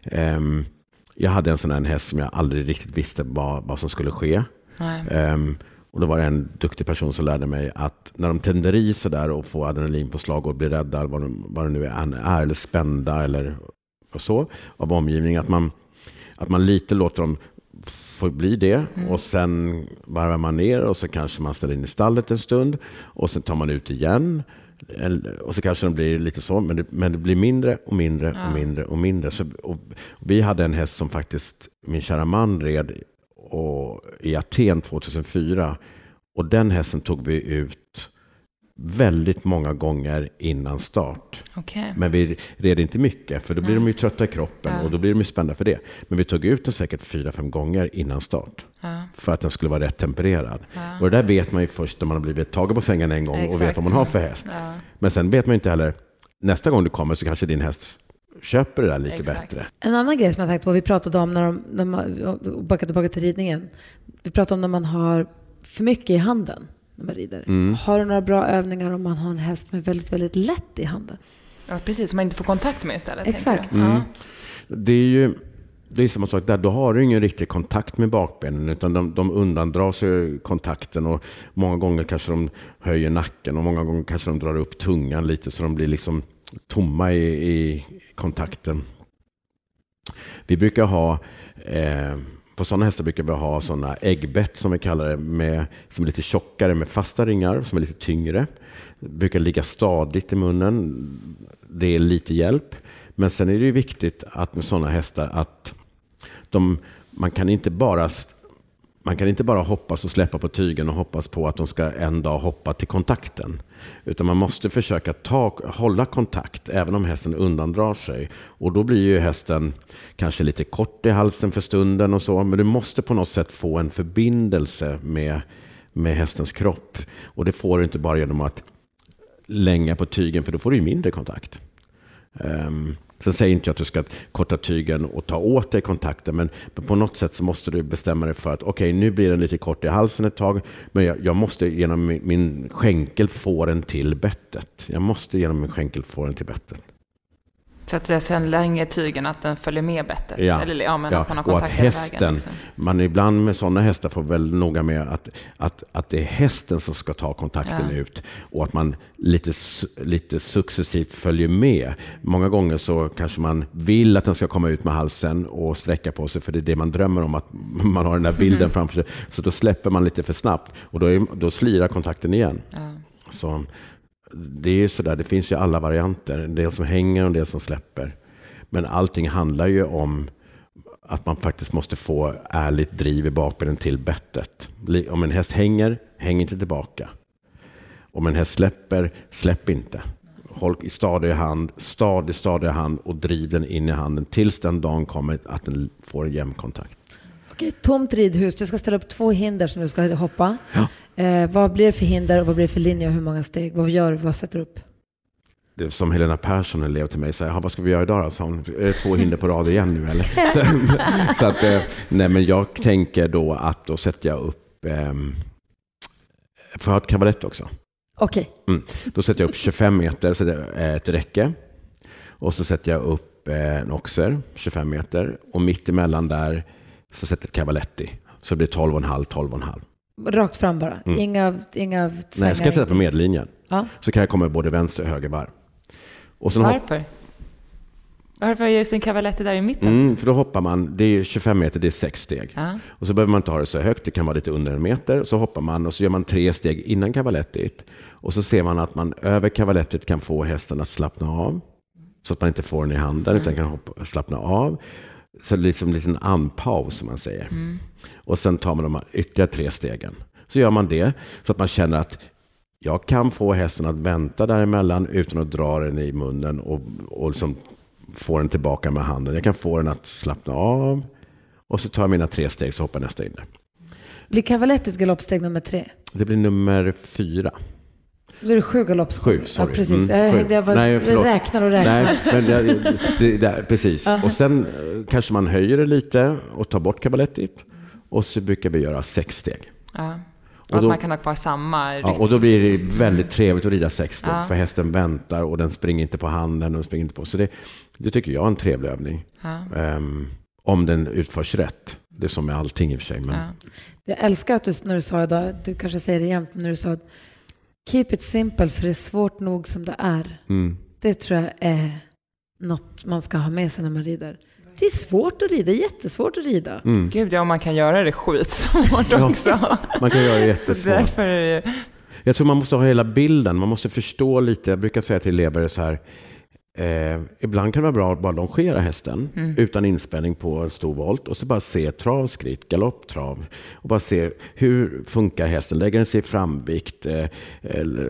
Um, jag hade en sån här häst som jag aldrig riktigt visste vad, vad som skulle ske. Nej. Um, och då var det en duktig person som lärde mig att när de tänder i så där och får adrenalinpåslag och blir rädda, vad de, vad de nu är, är, eller spända eller och så, av omgivningen, att man, att man lite låter dem få bli det. Mm. Och sen varvar man ner och så kanske man ställer in i stallet en stund och sen tar man ut igen. Och så kanske de blir lite så, men det, men det blir mindre och mindre Ja. och mindre och mindre. Så, och, och vi hade en häst som faktiskt min kära man red och, i Aten tjugohundrafyra. Och den hästen tog vi ut väldigt många gånger innan start. Okej. Men vi red inte mycket, för då blir Nej. de ju trötta i kroppen Ja. och då blir de ju spända för det. Men vi tog ut den säkert fyra, fem gånger innan start. Ja. För att den skulle vara rätt tempererad. Ja. Och det där vet man ju först när man har blivit tagen på sängen en gång och Exakt. vet vad man har för häst. Ja. Men sen vet man ju inte heller, nästa gång du kommer så kanske din häst köper det där lite Exakt. bättre. En annan grej som jag tänkte på, vi pratade om när de, när man, backa tillbaka till ridningen. Vi pratade om när man har för mycket i handen när man rider. Mm. Har du några bra övningar om man har en häst med väldigt, väldigt lätt i handen? Ja, precis. Som man inte får kontakt med istället. Exakt. tänker jag. Mm. Det är ju det är samma sak där. Då har du ingen riktig kontakt med bakbenen, utan de, de undandrar sig kontakten och många gånger kanske de höjer nacken och många gånger kanske de drar upp tungan lite så de blir liksom tomma i, i kontakten. Vi brukar ha eh, på sådana hästar brukar vi ha sådana äggbett som vi kallar det, med, som är lite tjockare med fasta ringar som är lite tyngre. Brukar ligga stadigt i munnen. Det är lite hjälp. Men sen är det ju viktigt att med sådana hästar att de, man kan inte bara man kan inte bara hoppas och släppa på tygen och hoppas på att de ska en dag hoppa till kontakten. Utan man måste försöka ta, hålla kontakt även om hästen undandrar sig. Och då blir ju hästen kanske lite kort i halsen för stunden och så. Men du måste på något sätt få en förbindelse med, med hästens kropp. Och det får du inte bara genom att länga på tygen, för då får du ju mindre kontakt. Um, sen säger inte jag att du ska korta tygen och ta åt dig kontakten, men på något sätt så måste du bestämma dig för att okej, okay, nu blir den lite kort i halsen ett tag, men jag, jag måste genom min, min skänkel få den till bettet. Jag måste genom min skänkel få den till bettet. Så att det sen längre tygen att den följer med bettet. Ja. Eller ja, men Ja. att man har Och att kontakt hela hästen, vägen. Liksom. man ibland med sådana hästar får väl noga med att, att, att det är hästen som ska ta kontakten Ja. ut och att man lite, lite successivt följer med. Många gånger så kanske man vill att den ska komma ut med halsen och sträcka på sig, för det är det man drömmer om, att man har den där bilden Mm. framför sig. Så då släpper man lite för snabbt och då, är, då slirar kontakten igen. Ja. Så det är ju sådär, det finns ju alla varianter. En del som hänger och en del som släpper. Men allting handlar ju om att man faktiskt måste få ärligt driv i bakbenen till bettet. Om en häst hänger, häng inte tillbaka. Om en häst släpper, släpp inte. folk i stadig hand, stadig, stadig hand och driv den in i handen tills den dagen kommer att den får en jämn kontakt. Okej, tomt ridhus. Du ska ställa upp två hinder som du ska hoppa. Ja. Eh, vad blir det för hinder och vad blir det för linje och hur många steg? Vad gör du? Vad sätter du upp? Det som Helena Persson elev till mig säger, vad ska vi göra idag då? Så hon, är det två hinder på rad igen nu eller? så, så att, eh, nej men jag tänker då att då sätter jag upp eh, för att ha ett kavalett också. Okej. Mm. Då sätter jag upp tjugofem meter, så det är ett räcke. Och så sätter jag upp eh, en oxer, tjugofem meter. Och mitt emellan där så sätter jag ett kavalett i. Så det blir tolv komma fem, tolv komma fem. Rakt fram bara? Mm. Inga, inga sängar? Nej, jag ska sätta på medellinjen. Ja. Så kan jag komma både vänster och höger var. Och sen Varför? Hopp- Varför är just en kavalett där i mitten? Mm, för då hoppar man, det är tjugofem meter, det är sex steg. Ja. Och så behöver man inte ha det så högt, det kan vara lite under en meter. Så hoppar man och så gör man tre steg innan kavalettet. Och så ser man att man över kavalettet kan få hästen att slappna av. Så att man inte får den i handen, mm. utan kan hoppa, slappna av. Så det är liksom en liten andpaus som man säger. Mm. Och sen tar man de ytterligare tre stegen. Så gör man det så att man känner att jag kan få hästen att vänta däremellan utan att dra den i munnen och, och liksom få den tillbaka med handen. Jag kan få den att slappna av och så tar jag mina tre steg så hoppar nästa in där. Blir kavalettet galoppsteg nummer tre? Det blir nummer fyra. Då är det sju galoppsteg. Sju, sorry. Ja, precis. Mm, jag, jag, bara, Nej, jag räknar och räknar. Nej, men det, det, det, precis. Uh-huh. Och sen kanske man höjer det lite och tar bort kavalettet. Och så brukar vi göra sex steg. Ja. Och, och att då, man kan ha kvar samma rytm. Ja, och då blir det väldigt trevligt att rida sex steg. Ja. För hästen väntar och den springer inte på handen och springer inte på. Så det, det tycker jag är en trevlig övning. Ja. Um, om den utförs rätt. Det är som med allting i och för sig. Men... Ja. Jag älskar att du, när du sa idag, du kanske säger det jämt, när du sa att keep it simple för det är svårt nog som det är. Mm. Det tror jag är något man ska ha med sig när man rider. Det är svårt att rida, jättesvårt att rida. Mm. Gud, ja, man kan göra det skitsvårt också. Ja, man kan göra det jättesvårt. Därför är det... Jag tror man måste ha hela bilden, man måste förstå lite. Jag brukar säga till elever så här, eh, ibland kan det vara bra att bara longera hästen mm. utan inspänning på en stor volt och så bara se trav, skritt, galopp, trav och bara se hur funkar hästen, lägger den sig i framvikt eh, eller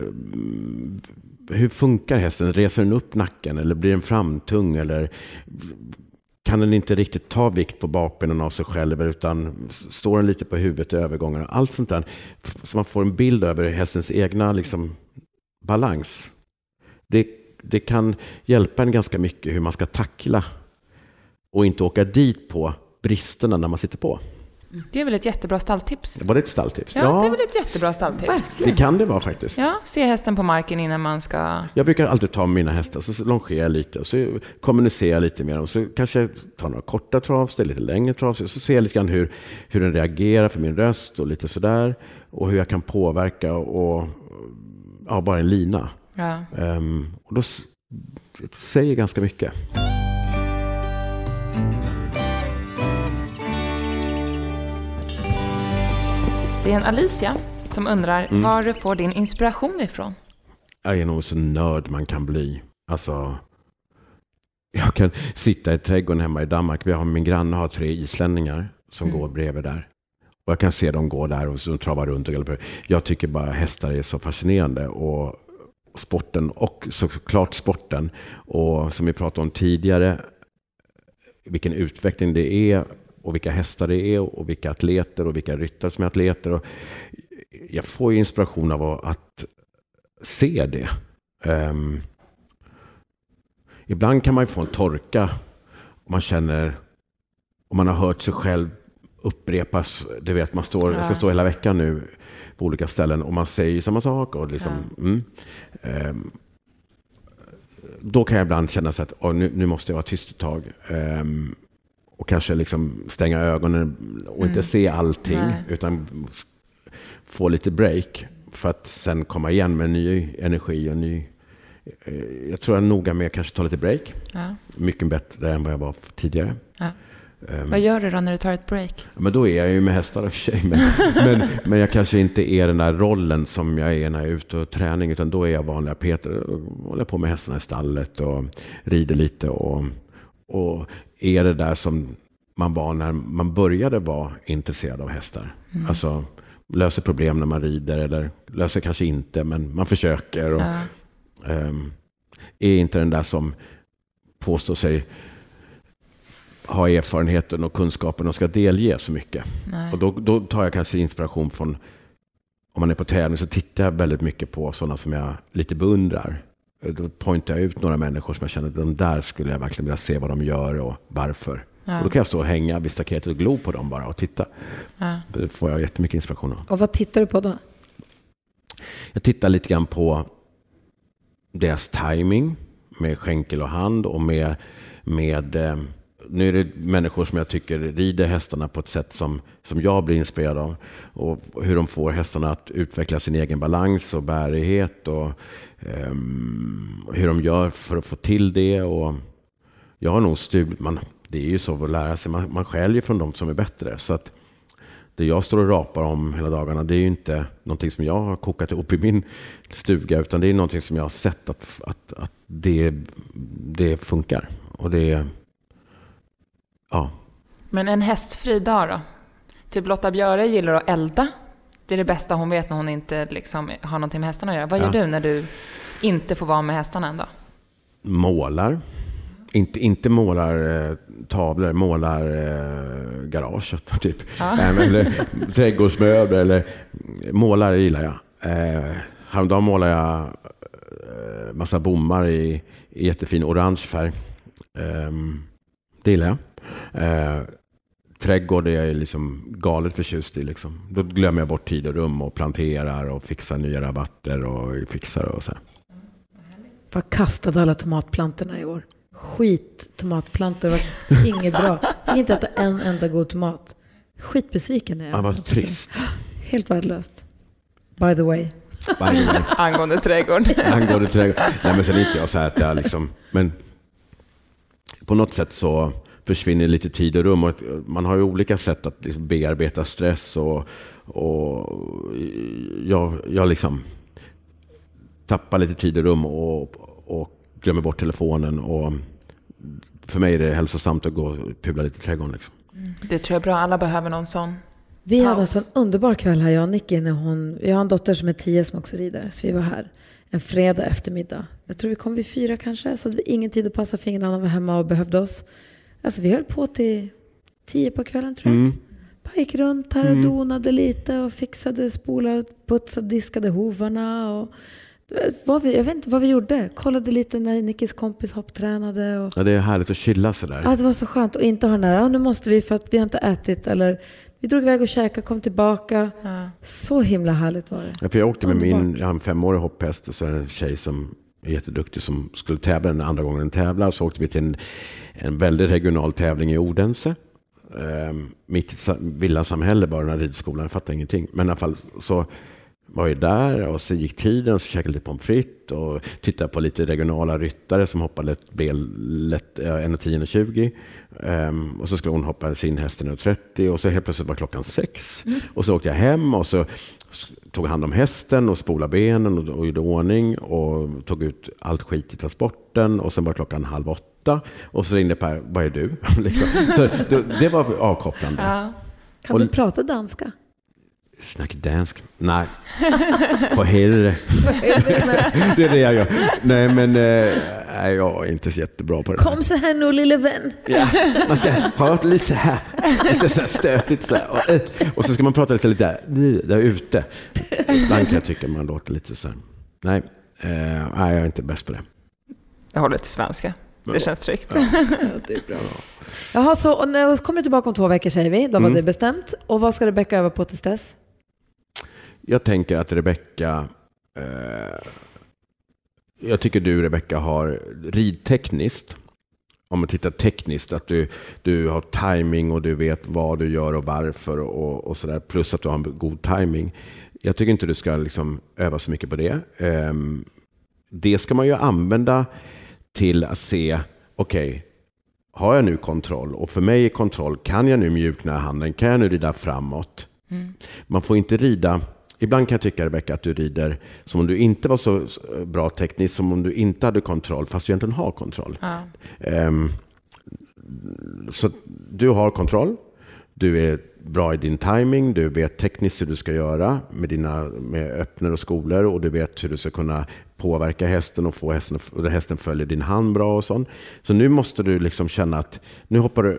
hur funkar hästen, reser den upp nacken eller blir den framtung eller kan den inte riktigt ta vikt på bakbenen av sig själv utan står den lite på huvudet i övergångarna. Allt sånt där. Så man får en bild över hästens egna liksom, balans. Det, det kan hjälpa en ganska mycket hur man ska tackla och inte åka dit på bristerna när man sitter på. Det är väl ett jättebra stalltips? Var det ett stalltips? Ja, ja, det är väl ett jättebra stalltips. Det kan det vara faktiskt. Ja, se hästen på marken innan man ska... Jag brukar alltid ta mina hästar, så longerar jag lite och så kommunicerar jag lite med dem. Så kanske jag tar några korta travsteg, lite längre travsteg. Så ser jag lite grann hur, hur den reagerar för min röst och lite sådär. Och hur jag kan påverka och ja, bara en lina. Ja. Um, och då säger ganska mycket. Det är en Alicia som undrar mm. var du får din inspiration ifrån. Jag är nog så nörd man kan bli. Alltså, jag kan sitta i trädgården hemma i Danmark. Vi har min granne har tre islänningar som mm. går bredvid där. Och jag kan se dem gå där och så travar runt. Och jag tycker bara hästar är så fascinerande. Och sporten och såklart sporten. Och som vi pratade om tidigare, vilken utveckling det är. Och vilka hästar det är och vilka atleter och vilka ryttare som är atleter. Och jag får ju inspiration av att se det. Um, ibland kan man ju få en torka. Man känner, om man har hört sig själv upprepas. Du vet, man står, ja. Jag ska stå hela veckan nu på olika ställen och man säger samma sak. Och liksom, ja. mm, um, då kan jag ibland känna så att oh, nu, nu måste jag vara tyst ett tag. Um, Och kanske liksom stänga ögonen och mm. inte se allting. Nej. Utan få lite break. För att sen komma igen med ny energi och ny... Jag tror jag är noga med att kanske ta lite break. Ja. Mycket bättre än vad jag var tidigare. Ja. Um, vad gör du då när du tar ett break? Men då är jag ju med hästar i och för sig. Men, men, men jag kanske inte är den där rollen som jag är när jag är ute och träning. Utan då är jag vanliga Peter. Och håller på med hästarna i stallet och rider lite och... Och är det där som man var när man började vara intresserad av hästar. Mm. Alltså löser problem när man rider eller löser kanske inte men man försöker. Och, ja. um, är inte den där som påstår sig ha erfarenheten och kunskapen och ska delge så mycket. Nej. Och då, då tar jag kanske inspiration från, om man är på tävling så tittar jag väldigt mycket på sådana som jag lite beundrar. Då pointar jag ut några människor som jag känner att de där skulle jag verkligen vilja se vad de gör och varför. Ja. Och då kan jag stå och hänga vid staketet och glo på dem bara och titta. Ja. Då får jag jättemycket inspiration av. Och vad tittar du på då? Jag tittar lite grann på deras timing med skänkel och hand och med, med eh, nu är det människor som jag tycker rider hästarna på ett sätt som, som jag blir inspirerad av. Och hur de får hästarna att utveckla sin egen balans och bärighet och eh, hur de gör för att få till det. Och jag har nog studerat, man, det är ju så att lära sig, man, man skäljer från de som är bättre. Så att det jag står och rapar om hela dagarna, det är ju inte någonting som jag har kokat ihop i min stuga, utan det är någonting som jag har sett att, att, att det, det funkar. Och det ja. Men en hästfri dag då? Typ Lotta Björe gillar att elda. Det är det bästa hon vet när hon inte liksom har någonting med hästarna att göra. Vad gör ja. du när du inte får vara med hästarna en dag? Målar. Inte, inte målar eh, tavlor, målar eh, garaget typ. Ja. Äh, eller trädgårdsmöbler eller målar gillar jag. Eh, häromdagen målar jag eh, massa bommar i, i jättefin orange färg. Eh, det gillar jag. Eh, trädgård är jag liksom galet förtjust i. Liksom. Då glömmer jag bort tid och rum och planterar och fixar nya rabatter och fixar och så här. Vad kastade alla tomatplantorna i år? Skit tomatplantor var inget bra. Fick inte äta en enda god tomat. Skitbesviken är jag. Ja, vad trist. Helt värdelöst. By the way. By the way. Angående trädgård. Angående trädgård. Nej, men sen inte jag så här att jag liksom, men på något sätt så försvinner lite tid och rum. Och man har ju olika sätt att liksom bearbeta stress och, och jag, jag liksom tappar lite tid och rum och, och glömmer bort telefonen. Och för mig är det hälsosamt att gå och pula lite i trädgården. Liksom. Mm. Det tror jag är bra. Alla behöver någon sån. Vi hade en sån underbar kväll här, jag och Nicky, när hon, jag har en dotter som är tio som också rider, så vi var här en fredag eftermiddag. Jag tror vi kom vid fyra kanske, så hade vi ingen tid att passa fingrarna och var hemma och behövde oss. Alltså vi höll på till tio på kvällen tror jag. Mm. Bara gick runt här och mm. donade lite och fixade, spolade, putsade, diskade hovarna och vad vi, jag vet inte vad vi gjorde. Kollade lite när Nickis kompis hopptränade. Och... Ja, det är härligt att chilla sådär. Ja, det var så skönt. Och inte ha den här, ja, nu måste vi för att vi har inte ätit. Eller vi drog iväg och käka, kom tillbaka. Ja. Så himla härligt var det. Ja, för jag åkte med Underbart. min, jag har en femårig hopphäst och så är det en tjej som är jätteduktig som skulle tävla den andra gången den tävlar. Så åkte vi till en, en väldigt regional tävling i Odense. Um, mitt i villasamhälle bara den här ridskolan, jag fattar ingenting. Men i alla fall så var jag där och så gick tiden, så käkade lite pommes frites och tittade på lite regionala ryttare som hoppade lätt, lätt en tio tjugo. Um, och så skulle hon hoppa sin häst en trettio och så helt plötsligt var klockan sex. Mm. Och så åkte jag hem och så tog hand om hästen och spolade benen och, och gjorde ordning och tog ut allt skit i transporten och sen var klockan halv åtta och så ringde Per, vad är du? liksom. Så det, det var avkopplande. Ja. Kan och, du prata danska? Snack dansk? Nej. På hellre. Det är det jag gör. Nej, men äh, jag är inte så jättebra på det. Kom så här nu, lille vän. Ja, man ska prata lite så här. Lite så här stötigt så här. Och, och så ska man prata lite, lite där, där ute. Ibland kan jag tycka man låter lite så här. Nej, äh, nej, jag är inte bäst på det. Jag håller till svenska. Det känns tryggt. Ja, det är bra. Jaha, så och när kommer du tillbaka om två veckor säger vi. Då var mm. det bestämt. Och vad ska Rebecka öva på tills dess? Jag tänker att Rebecka eh, jag tycker du Rebecka har ridtekniskt, om man tittar tekniskt, att du, du har timing och du vet vad du gör och varför och, och sådär, plus att du har en god timing. Jag tycker inte du ska liksom öva så mycket på det. Eh, det ska man ju använda till att se, okej, okay, har jag nu kontroll? Och för mig är kontroll, kan jag nu mjukna handen? Kan jag nu rida framåt? Mm. Man får inte rida, ibland kan jag tycka Rebecka att du rider som om du inte var så bra tekniskt, som om du inte hade kontroll, fast du egentligen har kontroll. Ja. Um, så du har kontroll, du är bra i din timing, du vet tekniskt hur du ska göra med dina med öppnor och skolor, och du vet hur du ska kunna påverka hästen och få hästen, och hästen följer din hand bra och sånt. Så nu måste du liksom känna att nu hoppar du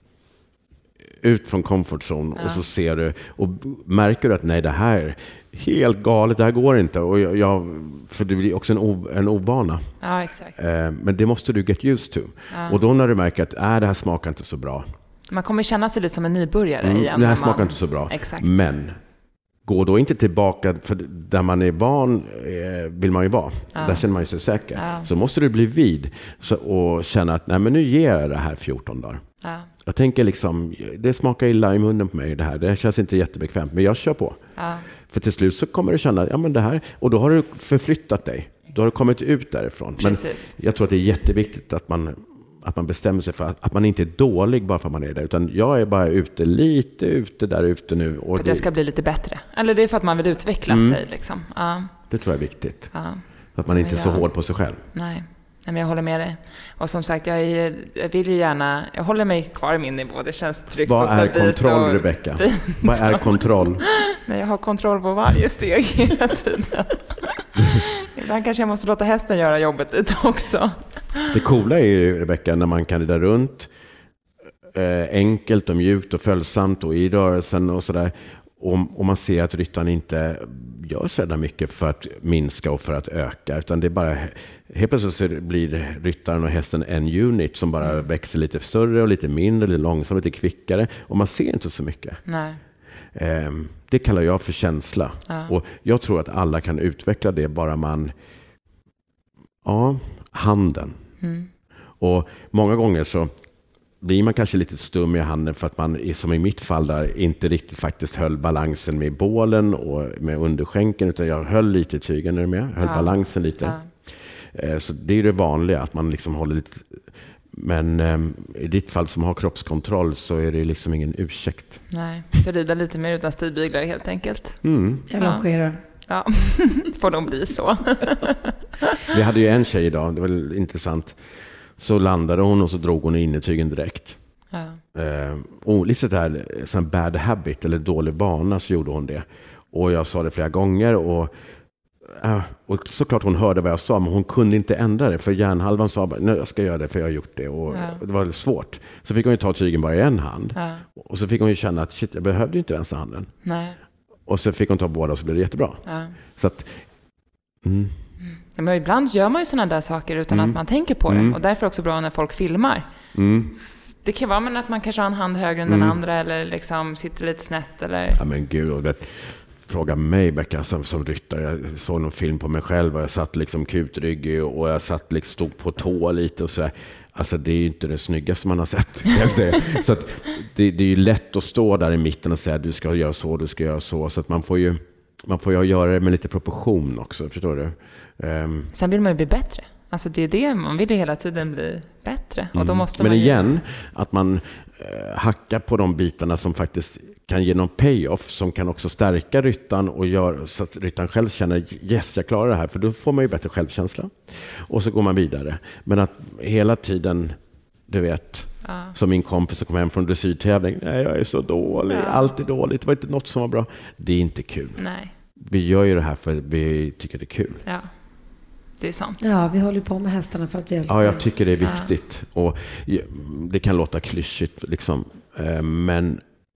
ut från comfort zone, ja. Och så ser du och märker du att nej, det här är helt galet, det här går inte, och jag, jag för det blir också en, o, en ovana. Ja, exakt. Eh, men det måste du get used to. Ja. Och då när du märker att äh, det här smakar inte så bra. Man kommer känna sig lite som en nybörjare mm, igen. Det här man... smakar inte så bra. Exakt. Men gå då inte tillbaka, för där man är van eh, vill man ju vara. Ja. Där känner man sig säker. Ja. Så måste du bli vid så, och känna att nej, men nu ger jag det här fjorton dagar. Ja. Jag tänker liksom, det smakar illa i munnen på mig det här. Det känns inte jättebekvämt, men jag kör på. Ja. För till slut så kommer du känna, ja men det här, och då har du förflyttat dig. Då har du kommit ut därifrån. Precis. Men jag tror att det är jätteviktigt att man, att man bestämmer sig för att, att man inte är dålig bara för att man är där. Utan jag är bara ute, lite ute där ute nu. Och för att det ska bli lite bättre. Eller det är för att man vill utveckla mm. sig. Liksom. Ja. Det tror jag är viktigt. Ja. Att man inte är så ja. hård på sig själv. Nej. Nej, men jag håller med dig. Och som sagt, jag, är, jag vill ju gärna... Jag håller mig kvar i min nivå. Det känns tryggt Vad och stabilt. Vad är kontroll, och Rebecka? Vad är kontroll? Nej, jag har kontroll på varje steg hela tiden. Ibland kanske jag måste låta hästen göra jobbet lite också. Det coola är ju, Rebecka, när man kan rida runt eh, enkelt och mjukt och följsamt och i rörelsen och sådär. Och, och man ser att ryttaren inte gör så där mycket för att minska och för att öka, utan det är bara helt plötsligt så blir ryttaren och hästen en unit som bara mm. växer lite större och lite mindre, lite långsammare, lite kvickare, och man ser inte så mycket. Nej. Eh, det kallar jag för känsla. Ja. Och jag tror att alla kan utveckla det bara man ja, handen. Mm. Och många gånger så blir man kanske lite stum i handen för att man, som i mitt fall där, inte riktigt faktiskt höll balansen med bålen och med underskänken, utan jag höll lite i tygen, är du med? Höll ja. balansen lite. Ja. Så det är det vanliga, att man liksom håller lite. Men um, i ditt fall som har kroppskontroll så är det liksom ingen ursäkt. Nej, så rida lite mer utan stigbyglar helt enkelt. Mm. Jag rangerar. Ja, det får nog bli så. Vi hade ju en tjej idag, det var intressant. Så landade hon och så drog hon in i tygen direkt. Ja. Eh, och lite sådär sån bad habit eller dålig vana, så gjorde hon det. Och jag sa det flera gånger och, eh, och såklart hon hörde vad jag sa, men hon kunde inte ändra det, för hjärnhalvan sa bara, nej, jag ska göra det för jag har gjort det, och, ja. och det var svårt. Så fick hon ju ta tygen bara i en hand. Ja. Och så fick hon ju känna att shit, jag behövde ju inte vänster handen. Nej. Och så fick hon ta båda och så blev det jättebra. Ja. Så att mm. Ja, men ibland gör man ju sådana där saker utan mm. att man tänker på det. Mm. Och därför är det också bra när folk filmar. Mm. Det kan vara men att man kanske har en hand högre än mm. den andra, eller liksom sitter lite snett. Eller... Ja men gud, och vet, fråga mig, Becka, som, som ryttare. Jag såg någon film på mig själv och jag satt liksom kutryggig och jag satt liksom, stod på tå lite och så. Alltså det är ju inte det snyggaste man har sett, kan jag säga. Så att det, det är ju lätt att stå där i mitten och säga du ska göra så, du ska göra så. Så att man får ju Man får ju göra det med lite proportion också, förstår du? Um. Sen vill man ju bli bättre. Alltså det är det, man vill ju hela tiden bli bättre. Och då måste Men man igen, ju... att man eh, hackar på de bitarna som faktiskt kan ge någon payoff, som kan också stärka ryttaren och gör så att ryttaren själv känner yes, jag klarar det här. För då får man ju bättre självkänsla. Och så går man vidare. Men att hela tiden, du vet... Ja. Som min kompis som kom hem från dressyrtävling. Nej, jag är så dålig. Ja. Allt är dåligt. Det var inte något som var bra. Det är inte kul. Nej. Vi gör ju det här för att vi tycker det är kul. Ja, det är sant. Ja, vi håller på med hästarna för att vi älskar. Ja, jag tycker det är viktigt. Ja. Och det kan låta klyschigt liksom. Men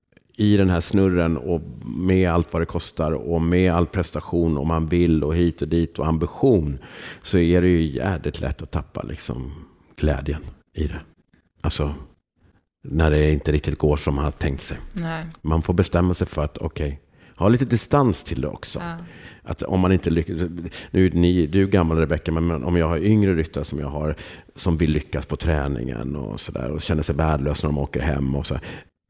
i den här snurren och med allt vad det kostar och med all prestation och man vill och hit och dit och ambition, så är det ju jävligt lätt att tappa liksom glädjen i det. Alltså, när det inte riktigt går som man har tänkt sig. Nej. Man får bestämma sig för att, okej, okay, ha lite distans till det också. Ja. Att om man inte lyckas... Nu är ni, du är gammal, Rebecka, men om jag har yngre ryttare som jag har, som vill lyckas på träningen och sådär, och känner sig värdelös när de åker hem och så.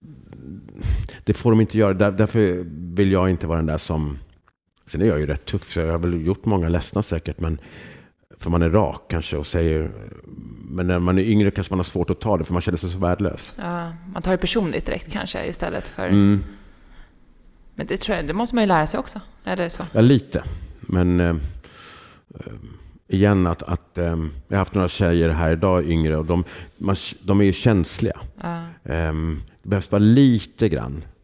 Det får de inte göra. Där, därför vill jag inte vara den där som... Sen är jag ju rätt tuff, så jag har väl gjort många ledsna säkert, men... För man är rak kanske och säger... Men när man är yngre kanske man har svårt att ta det, för man känner sig så värdelös. Ja, man tar det personligt direkt kanske istället för... Mm. Men det tror jag, det måste man ju lära sig också. Är det så? Ja, lite. Men äh, igen att... att äh, jag har haft några tjejer här idag, yngre, och de, man, de är ju känsliga. Ja. Äh, det behövs bara lite grann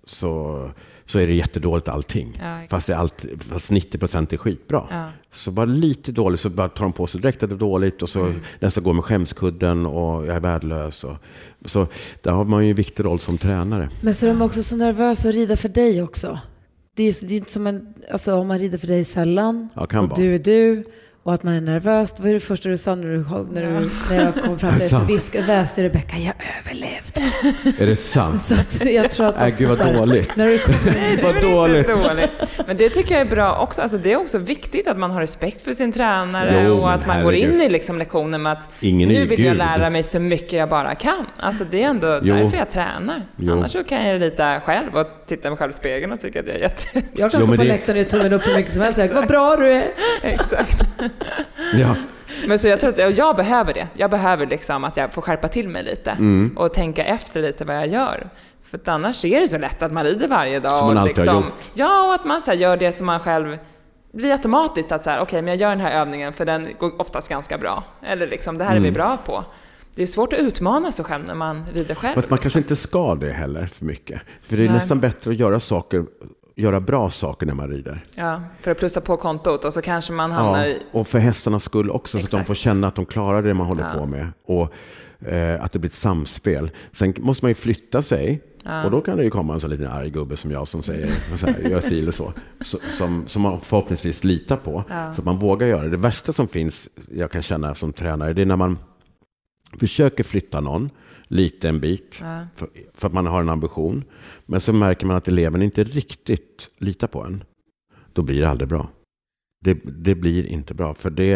så, så är det jättedåligt allting. Ja, fast, det är allt, fast nittio procent är skitbra. Ja. Så bara lite dåligt så bara tar de på sig direkt att det är dåligt och så mm. nästan går med skämskudden och jag är värdelös. Och, så där har man ju en viktig roll som tränare. Men så är de också så nervösa att rida för dig också. Det är ju det är inte som en, alltså om man rider för dig sällan ja, kan och vara. du är du och att man är nervös. Vad är det första du sa när, du, när, du, när jag kom fram till dig? Viska, väste Rebecka, jag överlevde. Är det sant? Så att jag tror att också, äh, vad dåligt. När du det var dåligt. dåligt. Men det tycker jag är bra också. Alltså, det är också viktigt att man har respekt för sin tränare jo, och att man går in i liksom lektionen med att Ingen nu vill Gud. jag lära mig så mycket jag bara kan. Alltså, det är ändå jo. därför jag tränar. Jo. Annars så kan jag rita själv och titta mig själv i spegeln och tycka att jag är jätte... Jag kan jo, stå på det... läktaren och tummen upp hur mycket som helst och säga, vad bra du är. Exakt. Ja. Men så jag tror att jag behöver det. Jag behöver liksom att jag får skärpa till mig lite mm. och tänka efter lite vad jag gör. För att annars är det så lätt att man rider varje dag. Som man alltid liksom, har gjort. Ja, och att man så här, gör det som man själv... Det blir automatiskt att så här, okej, okay, men jag gör den här övningen för den går oftast ganska bra. Eller liksom, det här mm. är vi bra på. Det är svårt att utmana sig själv när man rider själv. Fast man kanske inte ska det heller för mycket. För det är Nej. nästan bättre att göra saker... göra bra saker när man rider. Ja, för att plussa på kontot och så kanske man hamnar ja, i... och för hästarnas skull också. Exakt. Så att de får känna att de klarar det man håller ja. på med. Och eh, att det blir ett samspel. Sen måste man ju flytta sig. Ja. Och då kan det ju komma en sån liten arg gubbe som jag som säger så här, gör si eller så. så som, som man förhoppningsvis litar på. Ja. Så att man vågar göra det. Det värsta som finns, jag kan känna som tränare, det är när man försöker flytta någon lite en bit ja. för, för att man har en ambition. Men så märker man att eleven inte riktigt litar på en. Då blir det aldrig bra. Det, det blir inte bra. För det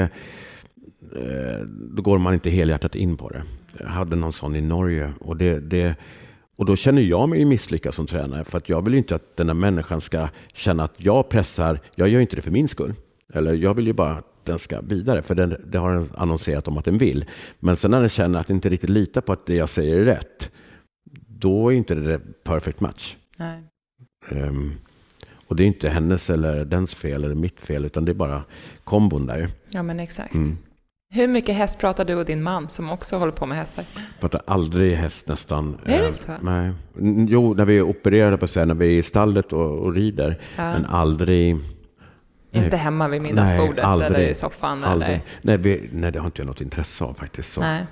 eh, då går man inte helhjärtat in på det. Jag hade någon sån i Norge. Och, det, det, och då känner jag mig misslyckad som tränare. För att jag vill ju inte att den här människan ska känna att jag pressar. Jag gör inte det för min skull. Eller jag vill ju bara den ska vidare, för den, det har den annonserat om att den vill. Men sen när den känner att den inte riktigt litar på att det jag säger är rätt, då är inte det perfect match. Nej. Um, och det är inte hennes eller dens fel eller mitt fel, utan det är bara kombon där. Ja, men exakt. Mm. Hur mycket häst pratar du och din man som också håller på med hästar? Jag pratar aldrig häst nästan. Är det så? Uh, nej. Jo, när vi opererar på sig, när vi är i stallet och, och rider, ja. men aldrig... Inte hemma vid middagsbordet nej, eller i soffan? Eller? Nej, vi, nej, det har inte jag något intresse av faktiskt. Så. Nej.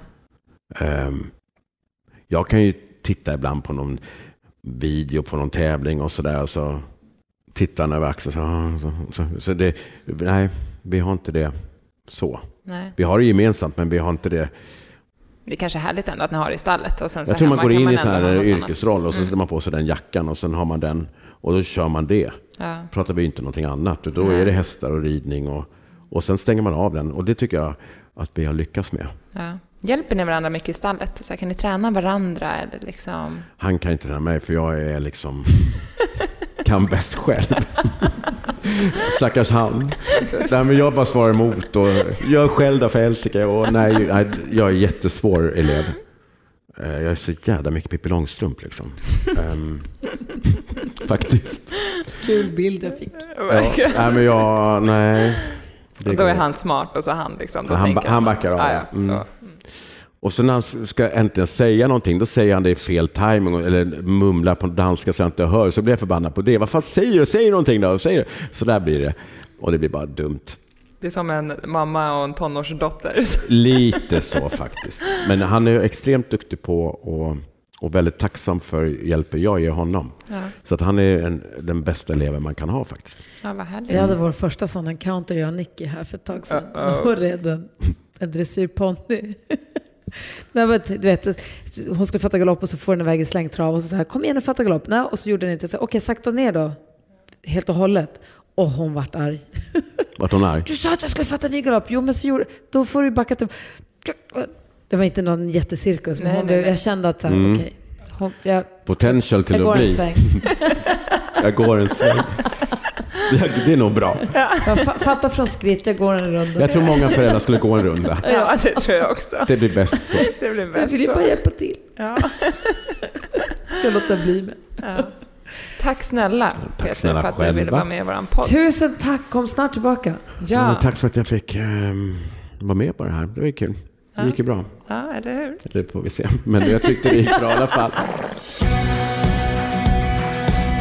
Um, jag kan ju titta ibland på någon video på någon tävling och sådär. Och så tittar när vi axlar. Så, så, så, så det, nej, vi har inte det så. Nej. Vi har det gemensamt, men vi har inte det. Det är kanske härligt ändå att ni har det i stallet. Och sen så jag tror man går in i sån här yrkesroll och så mm. sätter man på sig den jackan och sen har man den. Och då kör man det. Ja. Pratar vi inte någonting annat. Och då Nej. är det hästar och ridning. Och, och sen stänger man av den. Och det tycker jag att vi har lyckats med. Ja. Hjälper ni varandra mycket i stallet? Så här, kan ni träna varandra? Eller liksom... Han kan inte träna mig för jag är liksom... kan bäst själv. Stackars han. Nej, men jag bara svarar emot. Och jag själv då för helsike. Och nej, jag är jättesvår elev. Jag är så jävla mycket Pippi Långstrump liksom. um, faktiskt. Kul bild jag fick. Ja, nej, men jag, nej. Och då är han smart och så han liksom. Då han, han backar av. Ah, ja. mm. Och sen när han ska äntligen säga någonting, då säger han det i fel timing eller mumlar på danska så jag inte hör. Så blir jag förbannad på det. Vad fan säger du? Säg någonting då. Säger. Så där blir det. Och det blir bara dumt. Det är som en mamma och en tonårsdotter. Lite så faktiskt. Men han är extremt duktig på och, och väldigt tacksam för hjälpen jag ger honom. Ja. Så att han är en, den bästa eleven man kan ha faktiskt. Ja, vad härligt. Vi hade vår första sån encounter, jag och Nicky här för ett tag sedan. Uh-oh. Hon red en, en dressyrponny. Nej, men, du vet, hon skulle fatta galopp och så får den iväg i slängtrav och så, så här, kom igen och fatta galopp. Nej, och så gjorde den inte så. Okej, sakta ner då. Helt och hållet. Och hon vart arg. Vart hon arg? Du sa att jag skulle fatta ny galopp. Jo, men så gjorde, då får du backa till. Det var inte någon jättecirkus. Men nej, hon, nej, nej. jag kände att så här, mm. okej. Hon, jag, potential till jag att bli. Jag går en sväng. Det, det är nog bra. Ja. Jag fattar från skritt, jag går en runda. Jag tror många föräldrar skulle gå en runda. Ja, det tror jag också. Det blir bäst så. Det blir bäst. Jag vill ju bara hjälpa till. Ja. Ska låta bli med. Ja. Tack snälla, tack Peter, snälla för att själva. du ville vara med i våran podd. Tusen tack, kom snart tillbaka. Ja. Ja, tack för att jag fick um, vara med på det här. Det var kul. Det ja. gick ju bra. Ja, eller hur? Det får vi se. Men jag tyckte det gick bra i alla fall.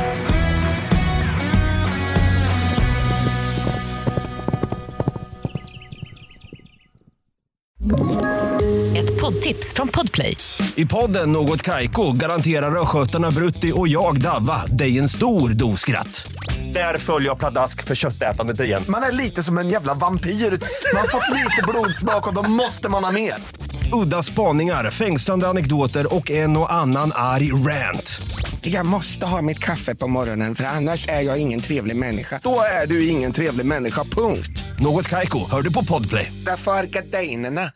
Ett poddtips från Podplay. I podden Något Kaiko garanterar röskötarna Brutti och jag Davva dig en stor dos skratt. Där följer jag pladask för köttätandet igen. Man är lite som en jävla vampyr. Man har fått lite blodsmak och då måste man ha mer. Udda spaningar, fängslande anekdoter och en och annan arg rant. Jag måste ha mitt kaffe på morgonen för annars är jag ingen trevlig människa. Då är du ingen trevlig människa, punkt. Något Kaiko, hör du på Podplay. Därför är gardinerna.